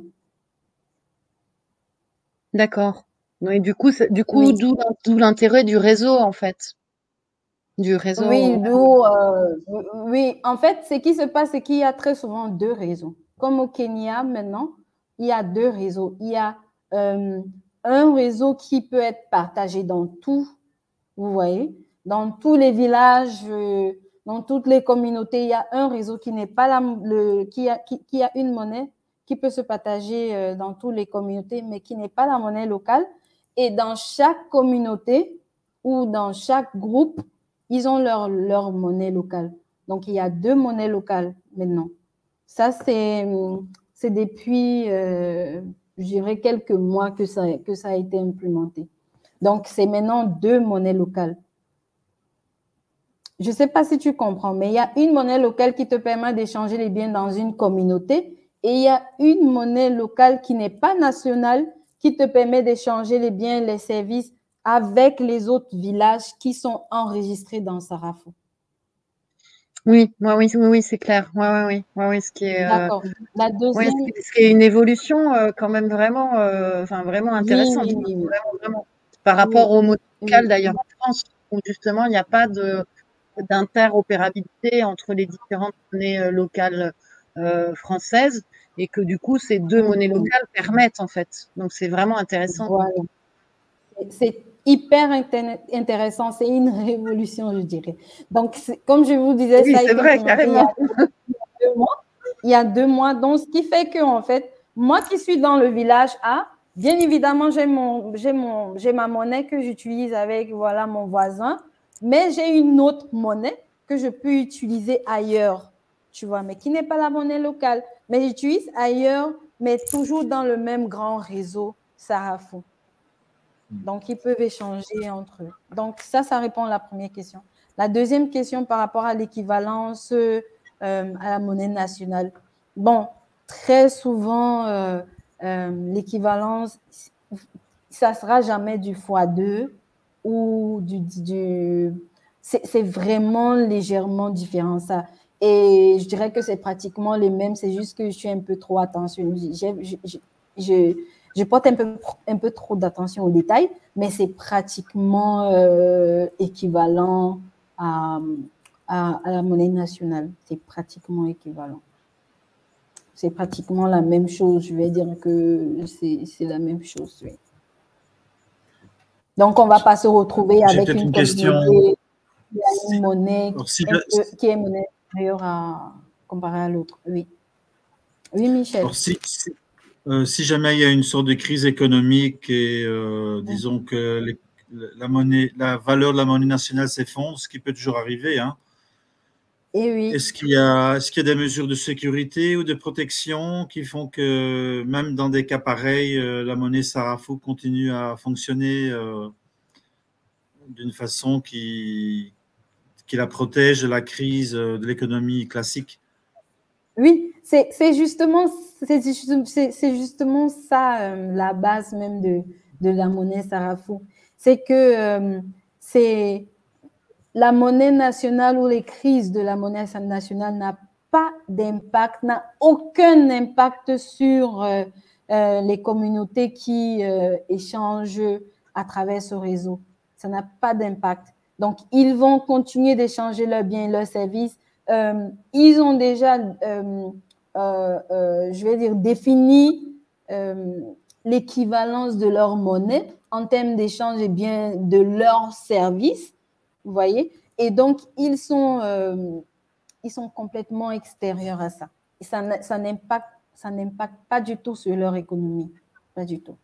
D'accord. Et du coup, du coup, Oui. d'où l'intérêt du réseau, en fait. Du réseau. Oui, d'où, euh, oui, en fait, ce qui se passe, c'est qu'il y a très souvent deux réseaux. Comme au Kenya, maintenant, il y a deux réseaux. Il y a euh, un réseau qui peut être partagé dans tout, vous voyez, dans tous les villages, euh, dans toutes les communautés, il y a un réseau qui n'est pas la, le, qui a, qui, qui a une monnaie qui peut se partager euh, dans toutes les communautés, mais qui n'est pas la monnaie locale. Et dans chaque communauté ou dans chaque groupe, ils ont leur, leur monnaie locale. Donc, il y a deux monnaies locales maintenant. Ça, c'est, c'est depuis, euh, je dirais, quelques mois que ça, que ça a été implémenté. Donc, c'est maintenant deux monnaies locales. Je ne sais pas si tu comprends, mais il y a une monnaie locale qui te permet d'échanger les biens dans une communauté et il y a une monnaie locale qui n'est pas nationale qui te permet d'échanger les biens et les services avec les autres villages qui sont enregistrés dans Sarafo. Oui, oui, oui, oui, oui c'est clair. Oui, oui, oui, oui, oui, ce qui est. D'accord. La deuxième. Ouais, ce qui est une évolution euh, quand même vraiment, euh, enfin vraiment intéressante. Oui, oui, oui, oui. Vraiment, vraiment. Par rapport oui, aux monnaie locales, oui. d'ailleurs en France, où justement il n'y a pas de d'interopérabilité entre les différentes monnaies locales euh, françaises et que du coup ces deux monnaies locales permettent en fait. Donc c'est vraiment intéressant. Voilà. C'est hyper intéressant, c'est une révolution, je dirais. Donc, comme je vous disais, oui, ça a été vrai, implémenté il y, a, il y a deux mois. Il y a deux mois. Donc, ce qui fait que, en fait, moi qui suis dans le village A, bien évidemment, j'ai mon, j'ai mon, j'ai ma monnaie que j'utilise avec, voilà, mon voisin, mais j'ai une autre monnaie que je peux utiliser ailleurs, tu vois, mais qui n'est pas la monnaie locale. Mais j'utilise ailleurs, mais toujours dans le même grand réseau Sarafo. Donc, ils peuvent échanger entre eux. Donc, ça, ça répond à la première question. La deuxième question par rapport à l'équivalence euh, à la monnaie nationale. Bon, très souvent, euh, euh, l'équivalence, ça ne sera jamais du fois deux ou du... du c'est vraiment légèrement différent, ça. Et je dirais que c'est pratiquement les mêmes, c'est juste que je suis un peu trop attention. Je, je, je, je, je porte un peu, un peu trop d'attention aux détails, mais c'est pratiquement euh, équivalent à, à, à la monnaie nationale. C'est pratiquement équivalent. C'est pratiquement la même chose. Je vais dire que c'est la même chose. Oui. Donc, on ne va pas se retrouver avec une, une communauté question. qui a une monnaie si qui, je... peu, qui est monnaie supérieure à comparée à l'autre. Oui. Oui, Michel. Alors, si, si, euh, si jamais il y a une sorte de crise économique et euh, disons que les, la monnaie, la valeur de la monnaie nationale s'effondre, ce qui peut toujours arriver, hein. Et oui. Est-ce qu'il y a, est-ce qu'il y a des mesures de sécurité ou de protection qui font que même dans des cas pareils, euh, la monnaie Sarafo continue à fonctionner euh, d'une façon qui, qui la protège de la crise de l'économie classique? Oui, c'est justement, justement ça, euh, la base même de, de la monnaie Sarafo. C'est que euh, c'est la monnaie nationale ou les crises de la monnaie nationale n'a pas d'impact, n'a aucun impact sur euh, euh, les communautés qui euh, échangent à travers ce réseau. Ça n'a pas d'impact. Donc, ils vont continuer d'échanger leurs biens et leurs services. Euh, ils ont déjà, euh, euh, euh, je vais dire, défini euh, l'équivalence de leur monnaie en termes d'échange et bien de leurs services. Vous voyez? Et donc, ils sont, euh, ils sont complètement extérieurs à ça. Et ça, ça n'impacte, ça n'impacte pas du tout sur leur économie. Pas du tout.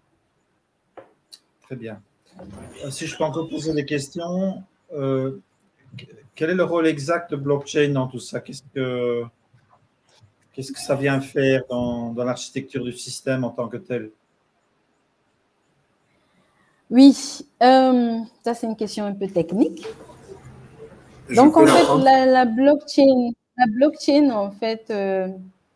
Très bien. Si je peux encore poser des questions, euh, quel est le rôle exact de blockchain dans tout ça? Qu'est-ce que, qu'est-ce que ça vient faire dans, dans l'architecture du système en tant que tel? Oui, euh, ça c'est une question un peu technique. Je Donc peux en fait, l'entendre. la, la blockchain, la blockchain en fait, euh,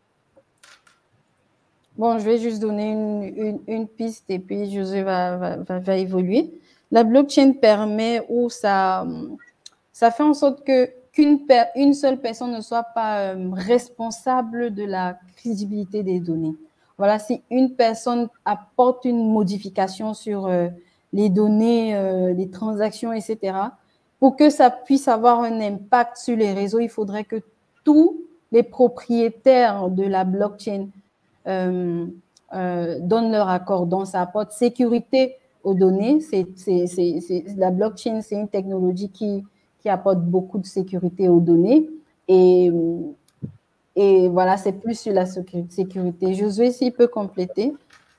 bon, je vais juste donner une, une, une piste et puis José va, va, va, va évoluer. La blockchain permet ou ça, ça fait en sorte que qu'une une seule personne ne soit pas euh, responsable de la crédibilité des données. Voilà, si une personne apporte une modification sur euh, les données, euh, les transactions, et cetera, pour que ça puisse avoir un impact sur les réseaux, il faudrait que tous les propriétaires de la blockchain euh, euh, donnent leur accord. Donc, ça apporte sécurité aux données. C'est, c'est, c'est, c'est, la blockchain, c'est une technologie qui, qui apporte beaucoup de sécurité aux données. Et, et voilà, c'est plus sur la sécurité. Josué, s'il peut compléter.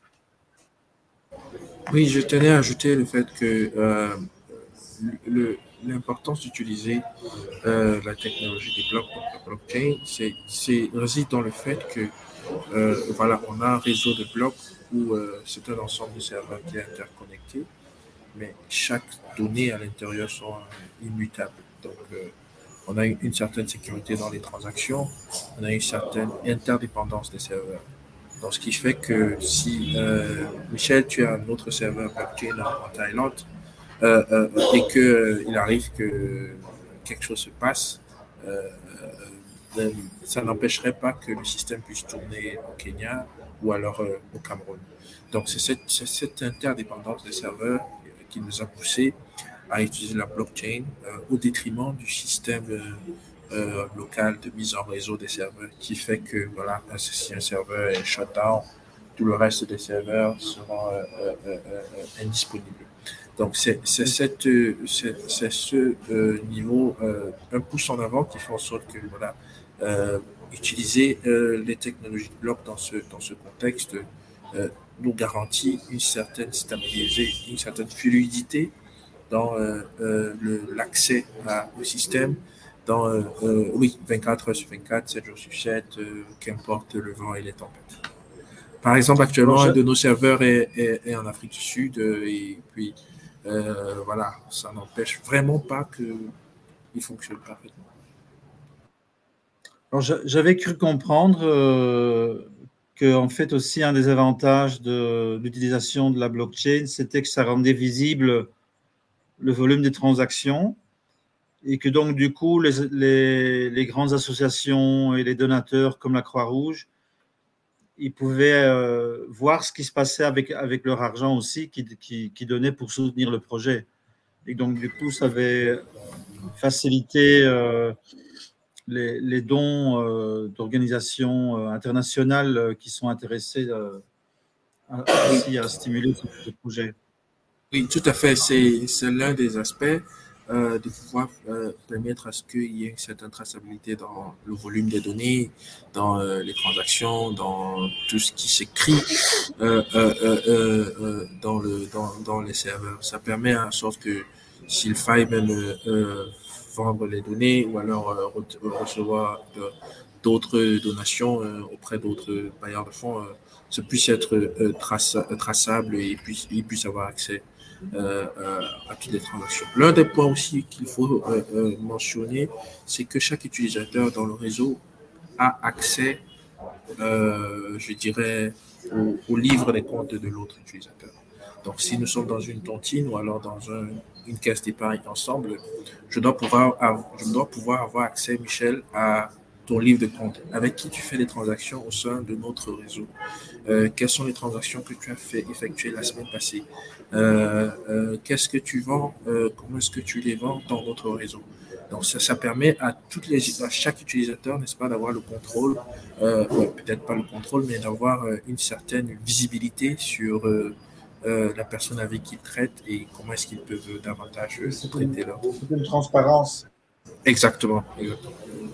Oui, je tenais à ajouter le fait que euh, le, l'importance d'utiliser euh, la technologie des blocs, donc la blockchain, c'est, c'est réside dans le fait que euh, voilà, on a un réseau de blocs où euh, c'est un ensemble de serveurs qui est interconnecté, mais chaque donnée à l'intérieur sont euh, immutables. Donc, euh, on a une, une certaine sécurité dans les transactions, on a une certaine interdépendance des serveurs. Donc, ce qui fait que si, euh, Michel, tu as un autre serveur blockchain en, en Thaïlande euh, euh, et qu'il euh, arrive que quelque chose se passe, euh, euh, ça n'empêcherait pas que le système puisse tourner au Kenya ou alors euh, au Cameroun. Donc, c'est cette, c'est cette interdépendance des serveurs qui nous a poussé à utiliser la blockchain euh, au détriment du système euh, euh, local de mise en réseau des serveurs, qui fait que voilà, si un serveur est shut down, tout le reste des serveurs seront euh, euh, euh, indisponibles. Donc c'est, c'est, cette, c'est, c'est ce euh, niveau, euh, un pouce en avant qui fait en sorte que voilà, euh, utiliser euh, les technologies de bloc dans ce, dans ce contexte euh, nous garantit une certaine stabilité, une certaine fluidité dans euh, euh, le, l'accès à, au système, dans, euh, euh, oui, vingt-quatre heures sur vingt-quatre, sept jours sur sept, euh, qu'importe le vent et les tempêtes. Par exemple, actuellement, un de nos serveurs est, est, est en Afrique du Sud euh, et puis, euh, voilà, ça n'empêche vraiment pas qu'il fonctionne parfaitement. Alors, j'avais cru comprendre euh, que, en fait, aussi, un des avantages de l'utilisation de la blockchain, c'était que ça rendait visible le volume des transactions et que donc, du coup, les, les, les grandes associations et les donateurs comme la Croix-Rouge, ils pouvaient euh, voir ce qui se passait avec, avec leur argent aussi, qui, qui, qui donnait pour soutenir le projet. Et donc, du coup, ça avait facilité euh, les, les dons euh, d'organisations euh, internationales euh, qui sont intéressées euh, à, aussi à stimuler ce, ce projet. Oui, tout à fait. C'est, c'est l'un des aspects euh, de pouvoir euh, permettre à ce qu'il y ait une certaine traçabilité dans le volume des données, dans euh, les transactions, dans tout ce qui s'écrit euh, euh, euh, euh, dans, le, dans, dans les serveurs. Ça permet en sorte que s'il faille même euh, vendre les données ou alors euh, recevoir de, d'autres donations euh, auprès d'autres bailleurs de fonds, euh, ça puisse être euh, traça, traçable et puis ils puissent avoir accès Euh, euh, à toutes les transactions. L'un des points aussi qu'il faut euh, euh, mentionner, c'est que chaque utilisateur dans le réseau a accès, euh, je dirais, au, au livre des comptes de l'autre utilisateur. Donc, si nous sommes dans une tontine ou alors dans un, une caisse d'épargne ensemble, je dois pouvoir, je dois pouvoir avoir accès, Michel, à ton livre de compte, avec qui tu fais les transactions au sein de notre réseau. Euh, quelles sont les transactions que tu as fait effectuer la semaine passée? Euh, euh, qu'est-ce que tu vends? euh, Comment est-ce que tu les vends dans notre réseau? Donc ça, ça permet à toutes les, à chaque utilisateur, n'est-ce pas, d'avoir le contrôle, euh, ouais, peut-être pas le contrôle, mais d'avoir euh, une certaine visibilité sur euh, euh, la personne avec qui il traite et comment est-ce qu'ils peuvent davantage euh, traiter leur. C'est une transparence. Exactement, exactement.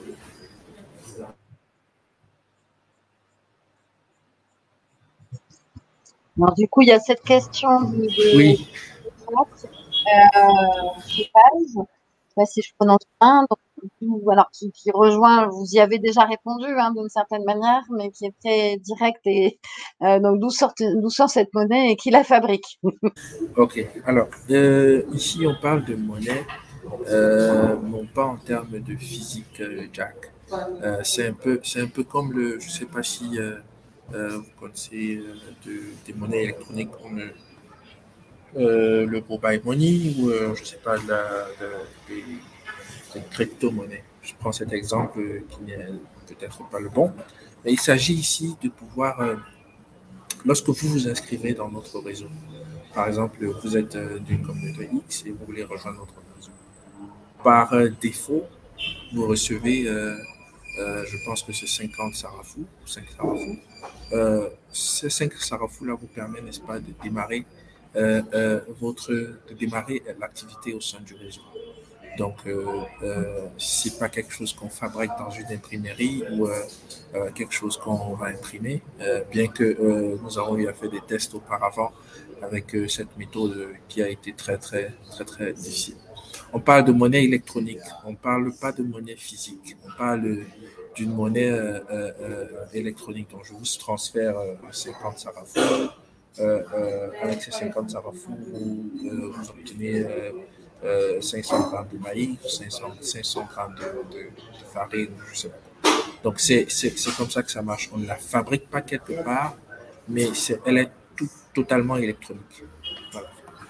Alors, du coup, il y a cette question de, de oui. euh, je ne sais pas si je prononce bien. Donc, alors qui, qui rejoint, vous y avez déjà répondu hein, d'une certaine manière, mais qui est très direct et euh, donc d'où sort, d'où sort cette monnaie et qui la fabrique? Ok, alors euh, ici on parle de monnaie, euh, non pas en termes de physique, euh, Jack. Euh, c'est un peu, c'est un peu comme le, je sais pas si euh, euh, vous connaissez euh, de, des monnaies électroniques comme le, euh, le mobile money ou euh, je sais pas de la, de, des, des crypto-monnaies. Je prends cet exemple euh, qui n'est peut-être pas le bon, mais il s'agit ici de pouvoir, euh, lorsque vous vous inscrivez dans notre réseau, par exemple, vous êtes euh, d'une communauté X et vous voulez rejoindre notre réseau. Par euh, défaut, vous recevez, euh, euh, je pense que c'est cinquante sarafous, cinq sarafous. Euh, ces cinq sarafous-là vous permettent, n'est-ce pas, de démarrer euh, euh, votre, de démarrer l'activité au sein du réseau. Donc, euh, euh, c'est pas quelque chose qu'on fabrique dans une imprimerie ou euh, euh, quelque chose qu'on va imprimer, euh, bien que euh, nous avons eu à faire des tests auparavant avec euh, cette méthode qui a été très, très, très, très difficile. On parle de monnaie électronique, on ne parle pas de monnaie physique, on parle d'une monnaie euh, euh, électronique. Donc, je vous transfère euh, cinquante sarafous. Euh, euh, avec ces cinquante sarafous, vous, euh, vous obtenez euh, euh, cinq cents grammes de maïs, cinq cents, cinq cents grammes de, de, de farine, je sais pas. Donc, c'est, c'est, c'est comme ça que ça marche. On ne la fabrique pas quelque part, mais c'est, elle est tout, totalement électronique. Voilà.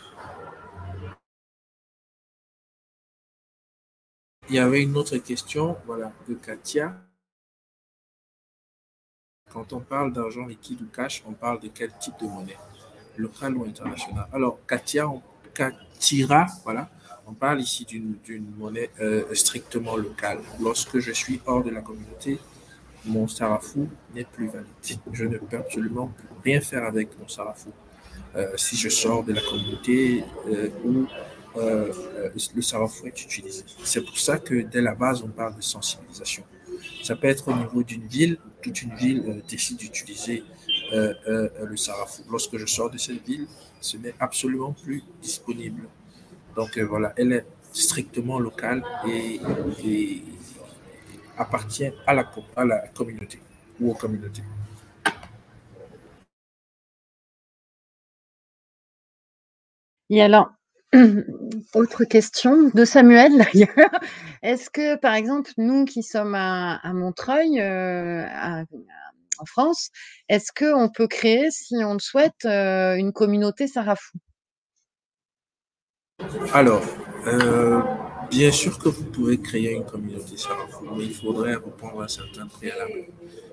Il y avait une autre question, voilà, de Katia. Quand on parle d'argent liquide ou cash, on parle de quel type de monnaie, locale ou internationale? Alors, Katia, on, Katira, voilà, on parle ici d'une, d'une monnaie euh, strictement locale. Lorsque je suis hors de la communauté, mon sarafou n'est plus valide. Je ne peux absolument rien faire avec mon sarafou. Euh, si je sors de la communauté euh, où euh, le sarafou est utilisé. C'est pour ça que dès la base, on parle de sensibilisation. Ça peut être au niveau d'une ville, toute une ville euh, décide d'utiliser euh, euh, le sarafou. Lorsque je sors de cette ville, ce n'est absolument plus disponible. Donc euh, voilà, elle est strictement locale et, et appartient à la, à la communauté ou aux communautés. Et alors, autre question de Samuel d'ailleurs. Est-ce que, par exemple, nous qui sommes à, à Montreuil, euh, à, en France, est-ce qu'on peut créer, si on le souhaite, euh, une communauté sarafou? Alors, euh, bien sûr que vous pouvez créer une communauté sarafou, mais il faudrait répondre à certains préalables.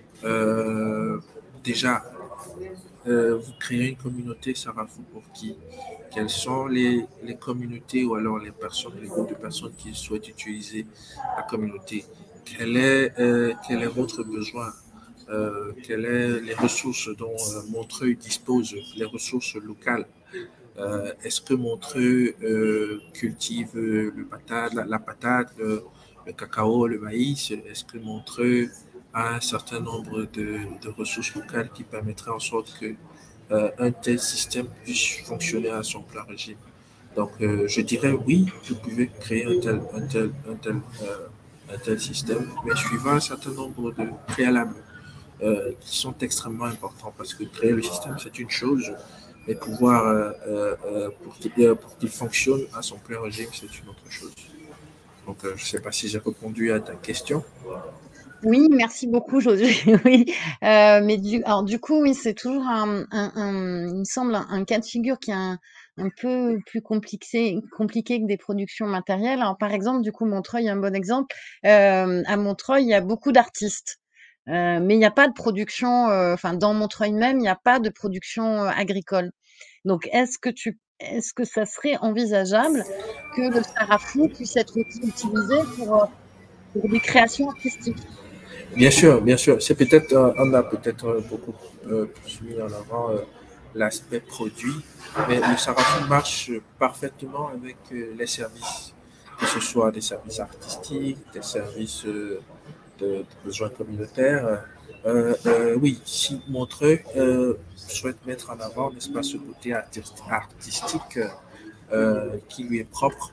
Euh, déjà, euh, vous créez une communauté sarafou pour qui? Quelles sont les, les communautés ou alors les personnes, les groupes de personnes qui souhaitent utiliser la communauté? Quel est, euh, quel est votre besoin? Euh, quelles sont les ressources dont euh, Montreuil dispose, les ressources locales? Euh, est-ce que Montreuil euh, cultive euh, le patate, la, la patate, le, le cacao, le maïs? Est-ce que Montreuil a un certain nombre de, de ressources locales qui permettraient en sorte que euh, un tel système puisse fonctionner à son plein régime? Donc, euh, je dirais oui, vous pouvez créer un tel, un tel, un tel, euh, un tel système, mais suivant un certain nombre de préalables euh, qui sont extrêmement importants, parce que créer le système, c'est une chose, mais pouvoir, euh, euh, pour qu'il, euh, pour qu'il fonctionne à son plein régime, c'est une autre chose. Donc, euh, je ne sais pas si j'ai répondu à ta question. Oui, merci beaucoup, Josué. Oui, euh, mais du, alors du coup, oui, c'est toujours un, un, un- il me semble, un, un cas de figure qui est un, un peu plus compliqué, compliqué que des productions matérielles. Alors, par exemple, du coup, Montreuil est un bon exemple. Euh, à Montreuil, il y a beaucoup d'artistes, euh, mais il n'y a pas de production. euh, Enfin, dans Montreuil même, il n'y a pas de production euh, agricole. Donc, est-ce que tu, est-ce que ça serait envisageable que le sarafou puisse être aussi utilisé pour, euh, pour des créations artistiques? Bien sûr, bien sûr. C'est peut-être, euh, on a peut-être euh, beaucoup euh, plus mis en avant euh, l'aspect produit, mais le sarafou marche parfaitement avec euh, les services, que ce soit des services artistiques, des services euh, de, de besoins communautaires. Euh, euh, oui, si Montreuil euh, souhaite mettre en avant, n'est-ce pas, ce côté artistique euh, qui lui est propre,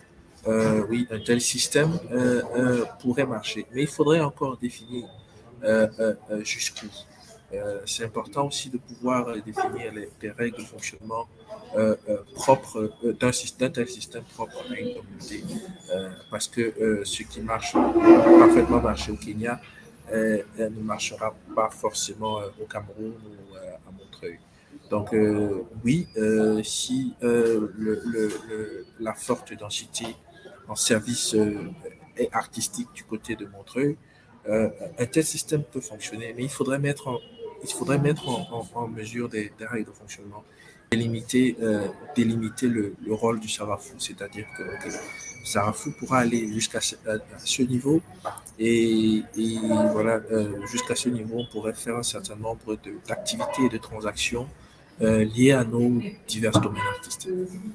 euh, oui, un tel système euh, euh, pourrait marcher. Mais il faudrait encore définir euh, euh, euh, jusqu'où. Euh, c'est important aussi de pouvoir euh, définir les, les règles de fonctionnement euh, euh, propres euh, d'un, d'un tel système propre à une communauté. Euh, parce que euh, ce qui marche parfaitement marché au Kenya euh, ne marchera pas forcément euh, au Cameroun ou euh, à Montreuil. Donc euh, oui, euh, si euh, le, le, le, la forte densité en service euh, est artistique du côté de Montreuil, euh, un tel système peut fonctionner, mais il faudrait mettre en, il faudrait mettre en, en, en mesure des, des règles de fonctionnement, délimiter, euh, délimiter le, le rôle du Sarafou, c'est-à-dire que okay, Sarafou pourra aller jusqu'à ce, à, à ce niveau et, et voilà, euh, jusqu'à ce niveau, on pourrait faire un certain nombre de, d'activités et de transactions euh, liées à nos divers domaines artistiques.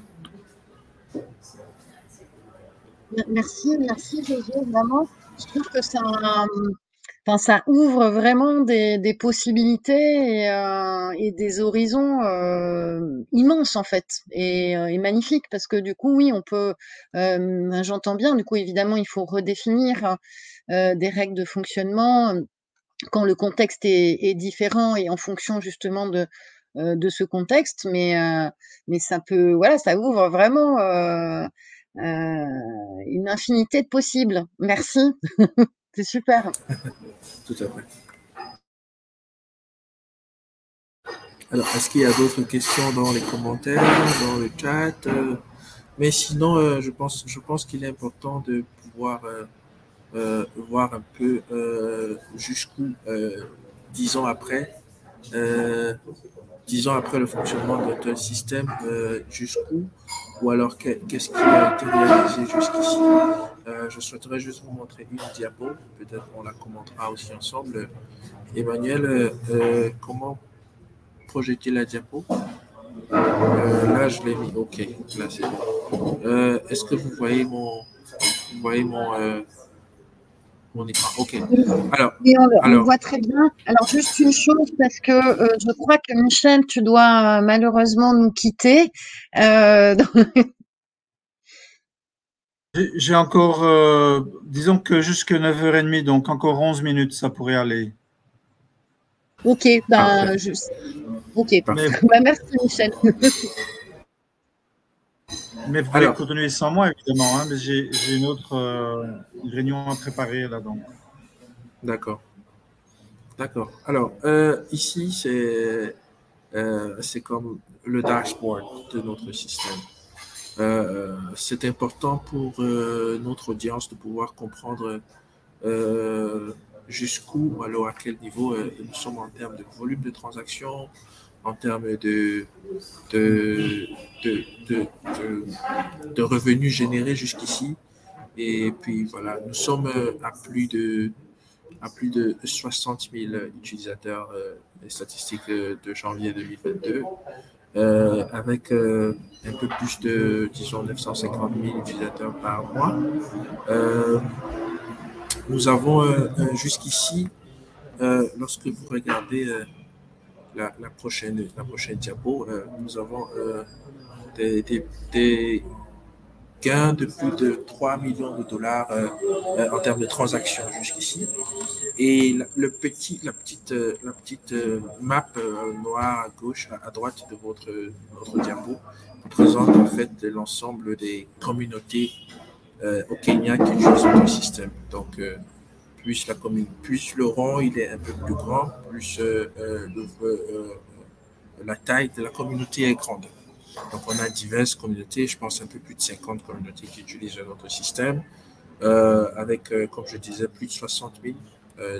Merci, merci Jojo, vraiment. Je trouve que ça, enfin, ça ouvre vraiment des, des possibilités et, euh, et des horizons euh, immenses en fait et, euh, et magnifiques parce que du coup, oui, on peut, euh, j'entends bien, du coup, évidemment, il faut redéfinir euh, des règles de fonctionnement quand le contexte est, est différent et en fonction justement de, euh, de ce contexte, mais, euh, mais ça peut, voilà, ça ouvre vraiment euh, euh, une infinité de possibles. Merci, c'est super. Tout à fait. Alors, est-ce qu'il y a d'autres questions dans les commentaires, dans le chat euh, mais sinon, euh, je pense, je pense qu'il est important de pouvoir euh, euh, voir un peu euh, jusqu'où, euh, dix ans après, euh, dix ans après le fonctionnement de notre système, euh, jusqu'où, ou alors que, qu'est-ce qui a été réalisé jusqu'ici. Euh, je souhaiterais juste vous montrer une diapo, peut-être qu'on la commentera aussi ensemble. Emmanuel, euh, euh, comment projeter la diapo? Euh, là, je l'ai mis. Ok, là c'est bon. Euh, est-ce que vous voyez mon, vous voyez mon, euh, mon écran? Ok. Alors, oui, on, le, alors, on le voit très bien. Alors, juste une chose, parce que euh, je crois que Michel, tu dois malheureusement nous quitter. Euh, J'ai encore, euh, disons que jusqu'à neuf heures trente, donc encore onze minutes, ça pourrait aller. Ok, ben, je... ok. Mais, ben, merci Michel. mais vous pouvez Alors, continuer sans moi, évidemment, hein, mais j'ai, j'ai une autre euh, réunion à préparer là, donc. D'accord. D'accord. Alors, euh, ici, c'est, euh, c'est comme le dashboard de notre système. Euh, c'est important pour euh, notre audience de pouvoir comprendre euh, jusqu'où, alors à quel niveau euh, nous sommes en termes de volume de transactions, en termes de, de, de, de, de, de revenus générés jusqu'ici. Et puis voilà, nous sommes à plus de, à plus de soixante mille utilisateurs, euh, les statistiques de janvier deux mille vingt-deux. Euh, avec euh, un peu plus de, disons, neuf cent cinquante mille utilisateurs par mois. Euh, nous avons euh, jusqu'ici, euh, lorsque vous regardez euh, la, la, prochaine, la prochaine diapo, euh, nous avons euh, des, des, des gains de plus de trois millions de dollars euh, euh, en termes de transactions jusqu'ici. Et la, le petit, la petite, euh, la petite euh, map euh, noire à gauche, à, à droite de votre, votre diapo représente en fait l'ensemble des communautés euh, au Kenya qui utilisent notre système. Donc, euh, plus, la commune, plus le rond il est un peu plus grand, plus euh, euh, le, euh, la taille de la communauté est grande. Donc, on a diverses communautés, je pense un peu plus de cinquante communautés qui utilisent notre système, euh, avec, euh, comme je disais, plus de soixante mille euh,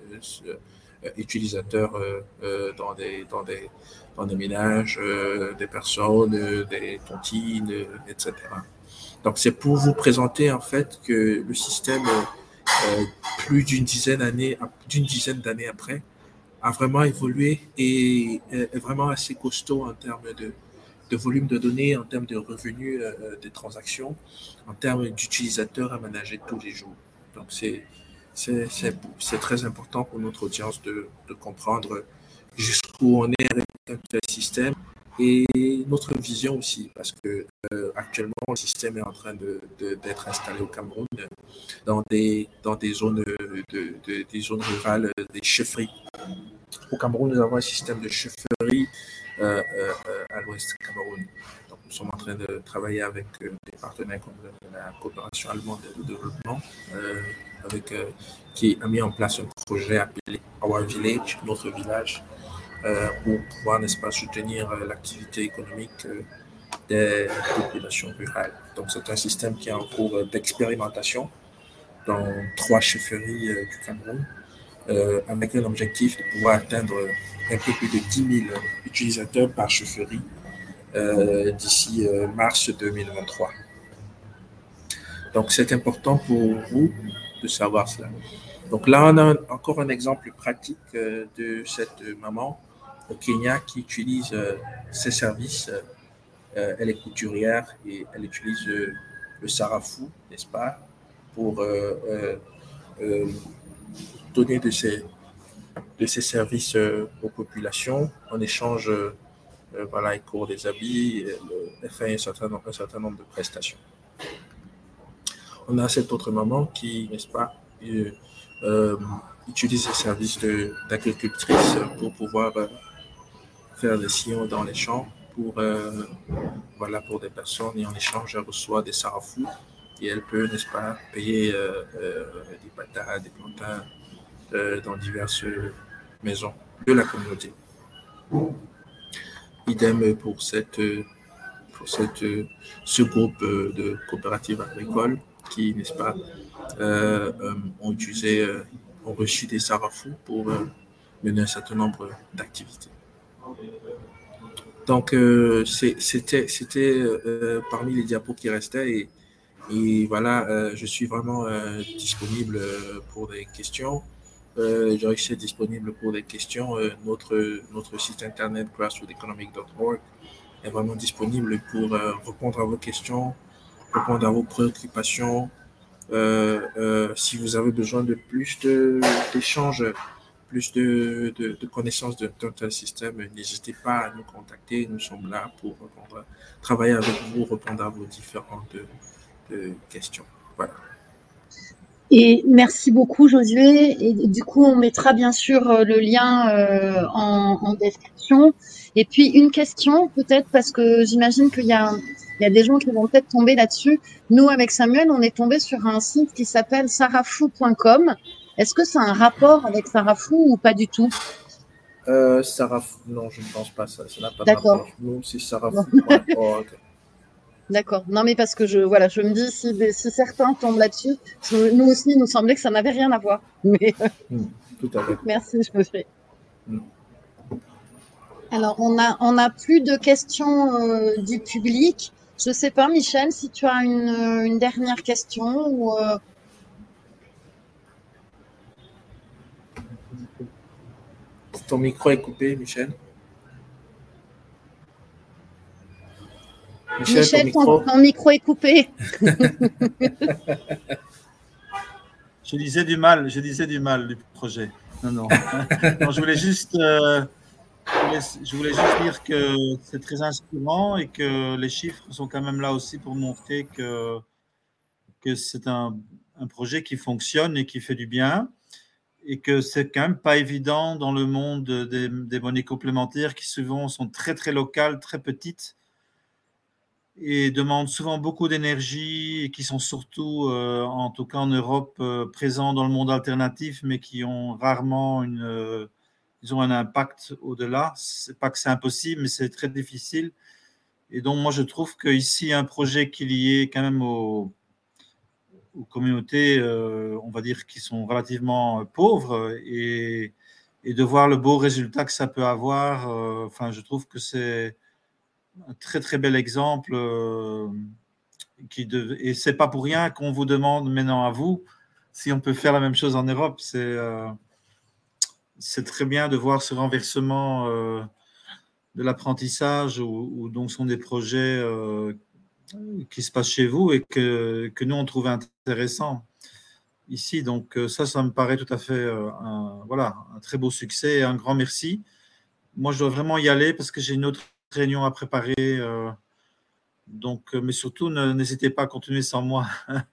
euh, utilisateurs euh, euh, dans, des, dans, des, dans des ménages, euh, des personnes, euh, des tontines, euh, et cetera. Donc, c'est pour vous présenter en fait que le système, euh, plus d'une dizaine d'années, d'une dizaine d'années après, a vraiment évolué et est vraiment assez costaud en termes de de volume de données, en termes de revenus euh, des transactions, en termes d'utilisateurs à manager tous les jours. Donc, c'est, c'est, c'est, c'est très important pour notre audience de, de comprendre jusqu'où on est avec un tel système et notre vision aussi, parce que euh, actuellement, le système est en train de, de, d'être installé au Cameroun dans des, dans des, zones, de, de, des zones rurales, des chefferies. Au Cameroun, nous avons un système de chefferie euh, euh, à l'ouest du Cameroun. Donc, nous sommes en train de travailler avec euh, des partenaires comme la coopération allemande de développement, euh, avec, euh, qui a mis en place un projet appelé Our Village, notre village, euh, pour pouvoir, n'est-ce pas, soutenir euh, l'activité économique euh, des populations rurales. Donc, c'est un système qui est en cours d'expérimentation dans trois chefferies euh, du Cameroun. Euh, avec un objectif de pouvoir atteindre un peu plus de dix mille utilisateurs par chefferie euh, d'ici euh, mars deux mille vingt-trois. Donc, c'est important pour vous de savoir cela. Donc là, on a un, encore un exemple pratique euh, de cette maman au Kenya qui utilise euh, ses services. Euh, elle est couturière et elle utilise euh, le sarafou, n'est-ce pas, pour euh, euh, euh, donner de ces, de ces services euh, aux populations. En échange, euh, euh, voilà, elle court des habits, elle, elle fait un certain, un certain nombre de prestations. On a cette autre maman qui, n'est-ce pas, euh, euh, utilise les services d'agricultrice pour pouvoir euh, faire des sillons dans les champs pour, euh, voilà, pour des personnes, et en échange, elle reçoit des sarafous et elle peut, n'est-ce pas, payer euh, euh, des patates, des plantains, Euh, dans diverses maisons de la communauté. Idem pour, cette, pour cette, ce groupe de coopératives agricoles qui, n'est-ce pas, euh, ont utilisé, euh, ont reçu des sarafous pour euh, mener un certain nombre d'activités. Donc, euh, c'était, c'était euh, parmi les diapos qui restaient et, et voilà, euh, je suis vraiment euh, disponible pour des questions. Euh, je reste disponible pour des questions. Euh, notre, notre site internet grassroot economic dot org est vraiment disponible pour euh, répondre à vos questions, répondre à vos préoccupations. Euh, euh, si vous avez besoin de plus d'échanges, plus de, de, de connaissances d'un tel système, n'hésitez pas à nous contacter. Nous sommes là pour répondre, travailler avec vous, répondre à vos différentes de, de questions. Voilà. Et merci beaucoup, Josué. Et du coup, on mettra bien sûr le lien euh, en, en description. Et puis, une question, peut-être, parce que j'imagine qu'il y a, il y a des gens qui vont peut-être tomber là-dessus. Nous, avec Samuel, on est tombé sur un site qui s'appelle sarafou point com. Est-ce que c'est un rapport avec Sarafou ou pas du tout? euh, Sarafou, non, je ne pense pas ça. Ça n'a pas de rapport. Nous, c'est sarafou point org. D'accord. Non, mais parce que je, voilà, je me dis, si, si certains tombent là-dessus, nous aussi, il nous semblait que ça n'avait rien à voir. Mais... Mmh, tout à fait. Merci, je me fais. Mmh. Alors, on a, on a plus de questions euh, du public. Je ne sais pas, Michel, si tu as une, une dernière question ou... Euh... Ton micro est coupé, Michel. Michel, Michel ton, micro... ton, ton micro est coupé. Je disais du mal, je disais du mal du projet. Non, non. non je voulais juste, euh, je, voulais, je voulais juste dire que c'est très inspirant et que les chiffres sont quand même là aussi pour montrer que, que c'est un, un projet qui fonctionne et qui fait du bien. Et que c'est quand même pas évident dans le monde des, des monnaies complémentaires qui souvent sont très, très locales, très petites, et demandent souvent beaucoup d'énergie et qui sont surtout, euh, en tout cas en Europe, euh, présents dans le monde alternatif, mais qui ont rarement une, euh, ils ont un impact au-delà. C'est pas que c'est impossible, mais c'est très difficile. Et donc, moi, je trouve qu'ici, un projet qui est lié quand même au, aux communautés, euh, on va dire, qui sont relativement pauvres, et, et de voir le beau résultat que ça peut avoir, euh, enfin, je trouve que c'est un très très bel exemple euh, qui dev... et c'est pas pour rien qu'on vous demande maintenant à vous si on peut faire la même chose en Europe. C'est euh, c'est très bien de voir ce renversement euh, de l'apprentissage où, où donc sont des projets euh, qui se passent chez vous et que, que nous on trouve intéressant ici. Donc ça, ça me paraît tout à fait euh, un, voilà, un très beau succès et un grand merci. Moi, je dois vraiment y aller parce que j'ai une autre réunions à préparer. Euh, donc, mais surtout, ne, n'hésitez pas à continuer sans moi.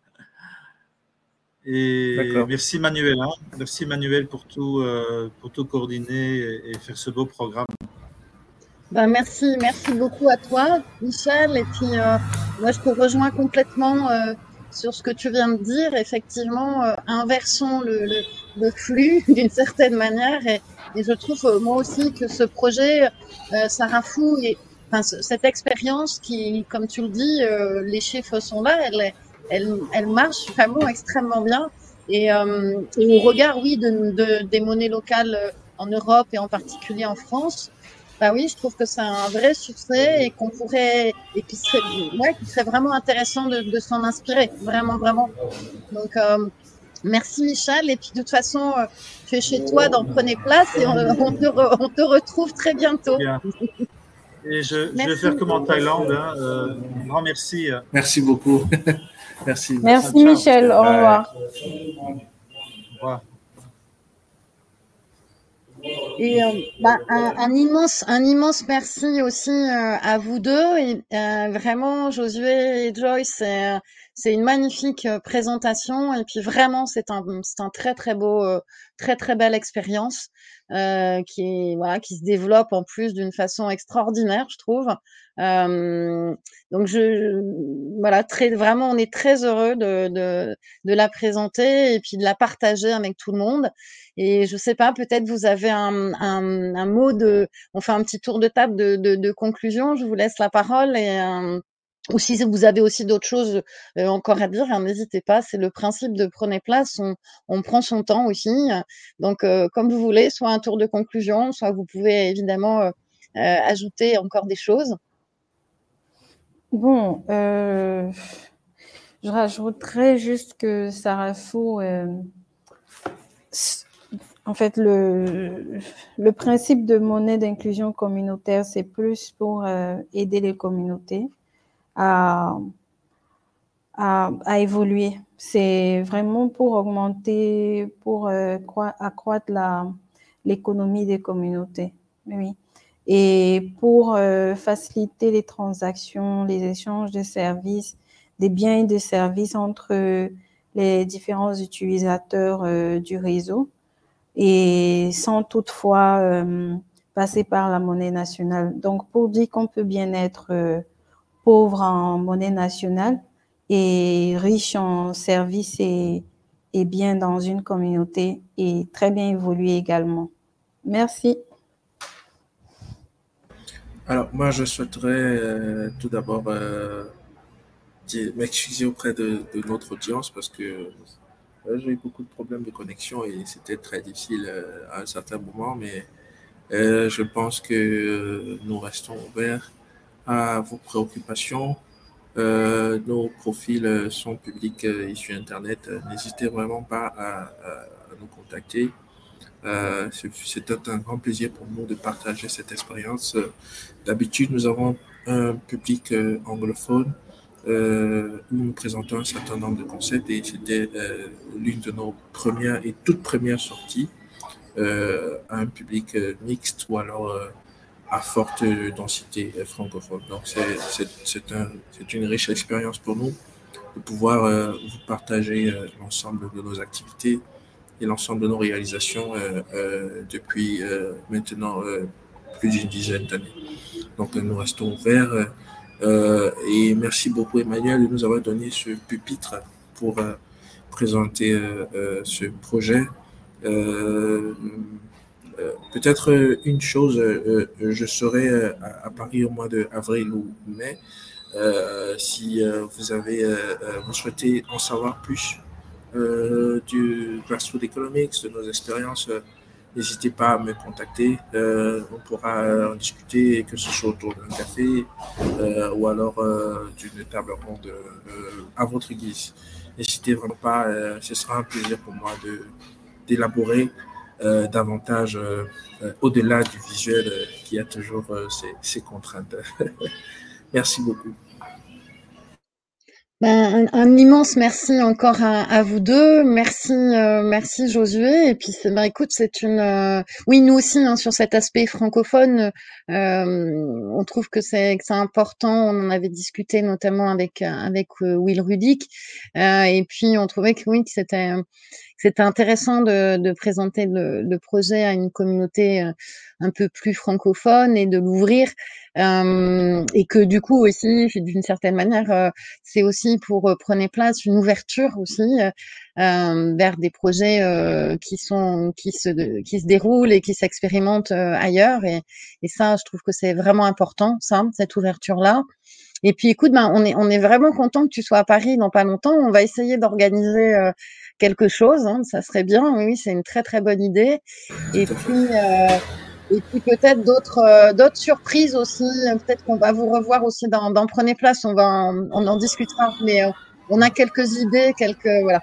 Et D'accord. merci Manuel, hein. Merci Manuel pour tout, euh, pour tout coordonner et, et faire ce beau programme. Ben merci, merci beaucoup à toi, Michel. Et puis, euh, moi, je te rejoins complètement euh, sur ce que tu viens de dire. Effectivement, euh, inversons le, le, le flux d'une certaine manière. Et, et je trouve, euh, moi aussi, que ce projet, euh, Sarah Fou, et enfin, ce, cette expérience qui, comme tu le dis, euh, les chiffres sont là, elle, elle, elle marche vraiment extrêmement bien. Et, euh, et au regard, oui, de, de, des monnaies locales en Europe et en particulier en France, bah oui, je trouve que c'est un vrai succès et qu'on pourrait, et puis serait, ouais, qui serait vraiment intéressant de, de s'en inspirer, vraiment, vraiment. Donc, euh, merci Michel. Et puis de toute façon, euh, tu es chez toi dans Prenez Place et on, on, te, re, on te retrouve très bientôt. Bien. Et je, je vais faire comme en Thaïlande. Hein. Euh, un grand merci. Merci beaucoup. Merci. Merci ciao, Michel. Ciao. Au revoir. Au revoir. Et euh, bah, un, un immense, un immense merci aussi euh, à vous deux. Et euh, vraiment, Josué et Joyce, c'est, c'est une magnifique euh, présentation. Et puis vraiment, c'est un, c'est un très très beau, euh, très très belle expérience euh, qui est voilà, qui se développe en plus d'une façon extraordinaire, je trouve. Euh, donc je, je voilà, très vraiment, on est très heureux de, de de la présenter et puis de la partager avec tout le monde. Et je sais pas, peut-être vous avez un, un, un mot de, on fait un petit tour de table de, de, de conclusion. Je vous laisse la parole et euh, ou si vous avez aussi d'autres choses euh, encore à dire, hein, n'hésitez pas. C'est le principe de Prenez Place. On, on prend son temps aussi. Donc, euh, comme vous voulez, soit un tour de conclusion, soit vous pouvez évidemment euh, euh, ajouter encore des choses. Bon, euh, je rajouterais juste que Sarah Fou, euh, en fait, le, le principe de monnaie d'inclusion communautaire, c'est plus pour euh, aider les communautés à, à, à évoluer. C'est vraiment pour augmenter, pour euh, accroître la, l'économie des communautés. Oui. Et pour euh, faciliter les transactions, les échanges de services, des biens et des services entre les différents utilisateurs euh, du réseau, et sans toutefois euh, passer par la monnaie nationale. Donc, pour dire qu'on peut bien être euh, pauvre en monnaie nationale et riche en services et, et biens dans une communauté et très bien évoluer également. Merci. Alors, moi, je souhaiterais euh, tout d'abord euh, m'excuser auprès de, de notre audience parce que euh, j'ai eu beaucoup de problèmes de connexion et c'était très difficile euh, à un certain moment, mais euh, je pense que euh, nous restons ouverts à vos préoccupations. Euh, nos profils sont publics euh, sur Internet. N'hésitez vraiment pas à, à, à nous contacter. Euh, C'était un grand plaisir pour nous de partager cette expérience. D'habitude, nous avons un public euh, anglophone euh, où nous présentons un certain nombre de concepts et c'était euh, l'une de nos premières et toutes premières sorties euh, à un public euh, mixte ou alors euh, à forte densité euh, francophone. Donc, c'est un, une riche expérience pour nous de pouvoir euh, vous partager euh, l'ensemble de nos activités et l'ensemble de nos réalisations euh, euh, depuis euh, maintenant euh, plus d'une dizaine d'années. Donc, nous restons ouverts euh, et merci beaucoup Emmanuel de nous avoir donné ce pupitre pour euh, présenter euh, euh, ce projet. Euh, euh, Peut-être une chose, euh, je serai à, à Paris au mois d'avril ou mai. Euh, si euh, vous avez, euh, vous souhaitez en savoir plus euh, du Grassroots Economics, de nos expériences, euh, n'hésitez pas à me contacter. Euh, on pourra en discuter, que ce soit autour d'un café euh, ou alors euh, d'une table ronde euh, à votre guise. N'hésitez vraiment pas, euh, ce sera un plaisir pour moi de d'élaborer euh, davantage euh, euh, au-delà du visuel euh, qui a toujours euh, ses, ses contraintes. Merci beaucoup. Ben, un, un immense merci encore à, à vous deux. Merci, euh, merci Josué. Et puis, c'est, ben, écoute, c'est une. euh, Oui, nous aussi, hein, sur cet aspect francophone, euh, on trouve que c'est que c'est important. On en avait discuté notamment avec avec euh, Will Rudick. Euh, et puis, on trouvait que oui, que c'était que c'était intéressant de, de présenter le, le projet à une communauté euh, un peu plus francophone et de l'ouvrir. Euh, et que du coup aussi, d'une certaine manière, euh, c'est aussi pour euh, Prenez Place une ouverture aussi euh, euh, vers des projets euh, qui sont qui se qui se déroulent et qui s'expérimentent euh, ailleurs. Et, et ça, je trouve que c'est vraiment important, ça, cette ouverture-là. Et puis, écoute, ben, on est on est vraiment content que tu sois à Paris dans pas longtemps. On va essayer d'organiser euh, quelque chose. Hein, ça serait bien. Oui, oui, c'est une très très bonne idée. Et puis. Euh, et puis peut-être d'autres euh, d'autres surprises aussi. Peut-être qu'on va vous revoir aussi dans, dans Prenez Place. On va en, on en discutera. Mais euh, on a quelques idées, quelques voilà.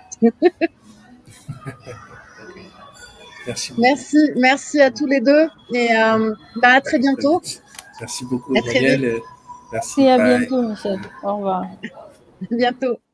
Merci. Merci, merci à tous les deux et euh, bah, à très bientôt. Merci beaucoup, à très Emmanuel. vite. Merci. Et à Bye. bientôt, Michel. Au revoir. À bientôt.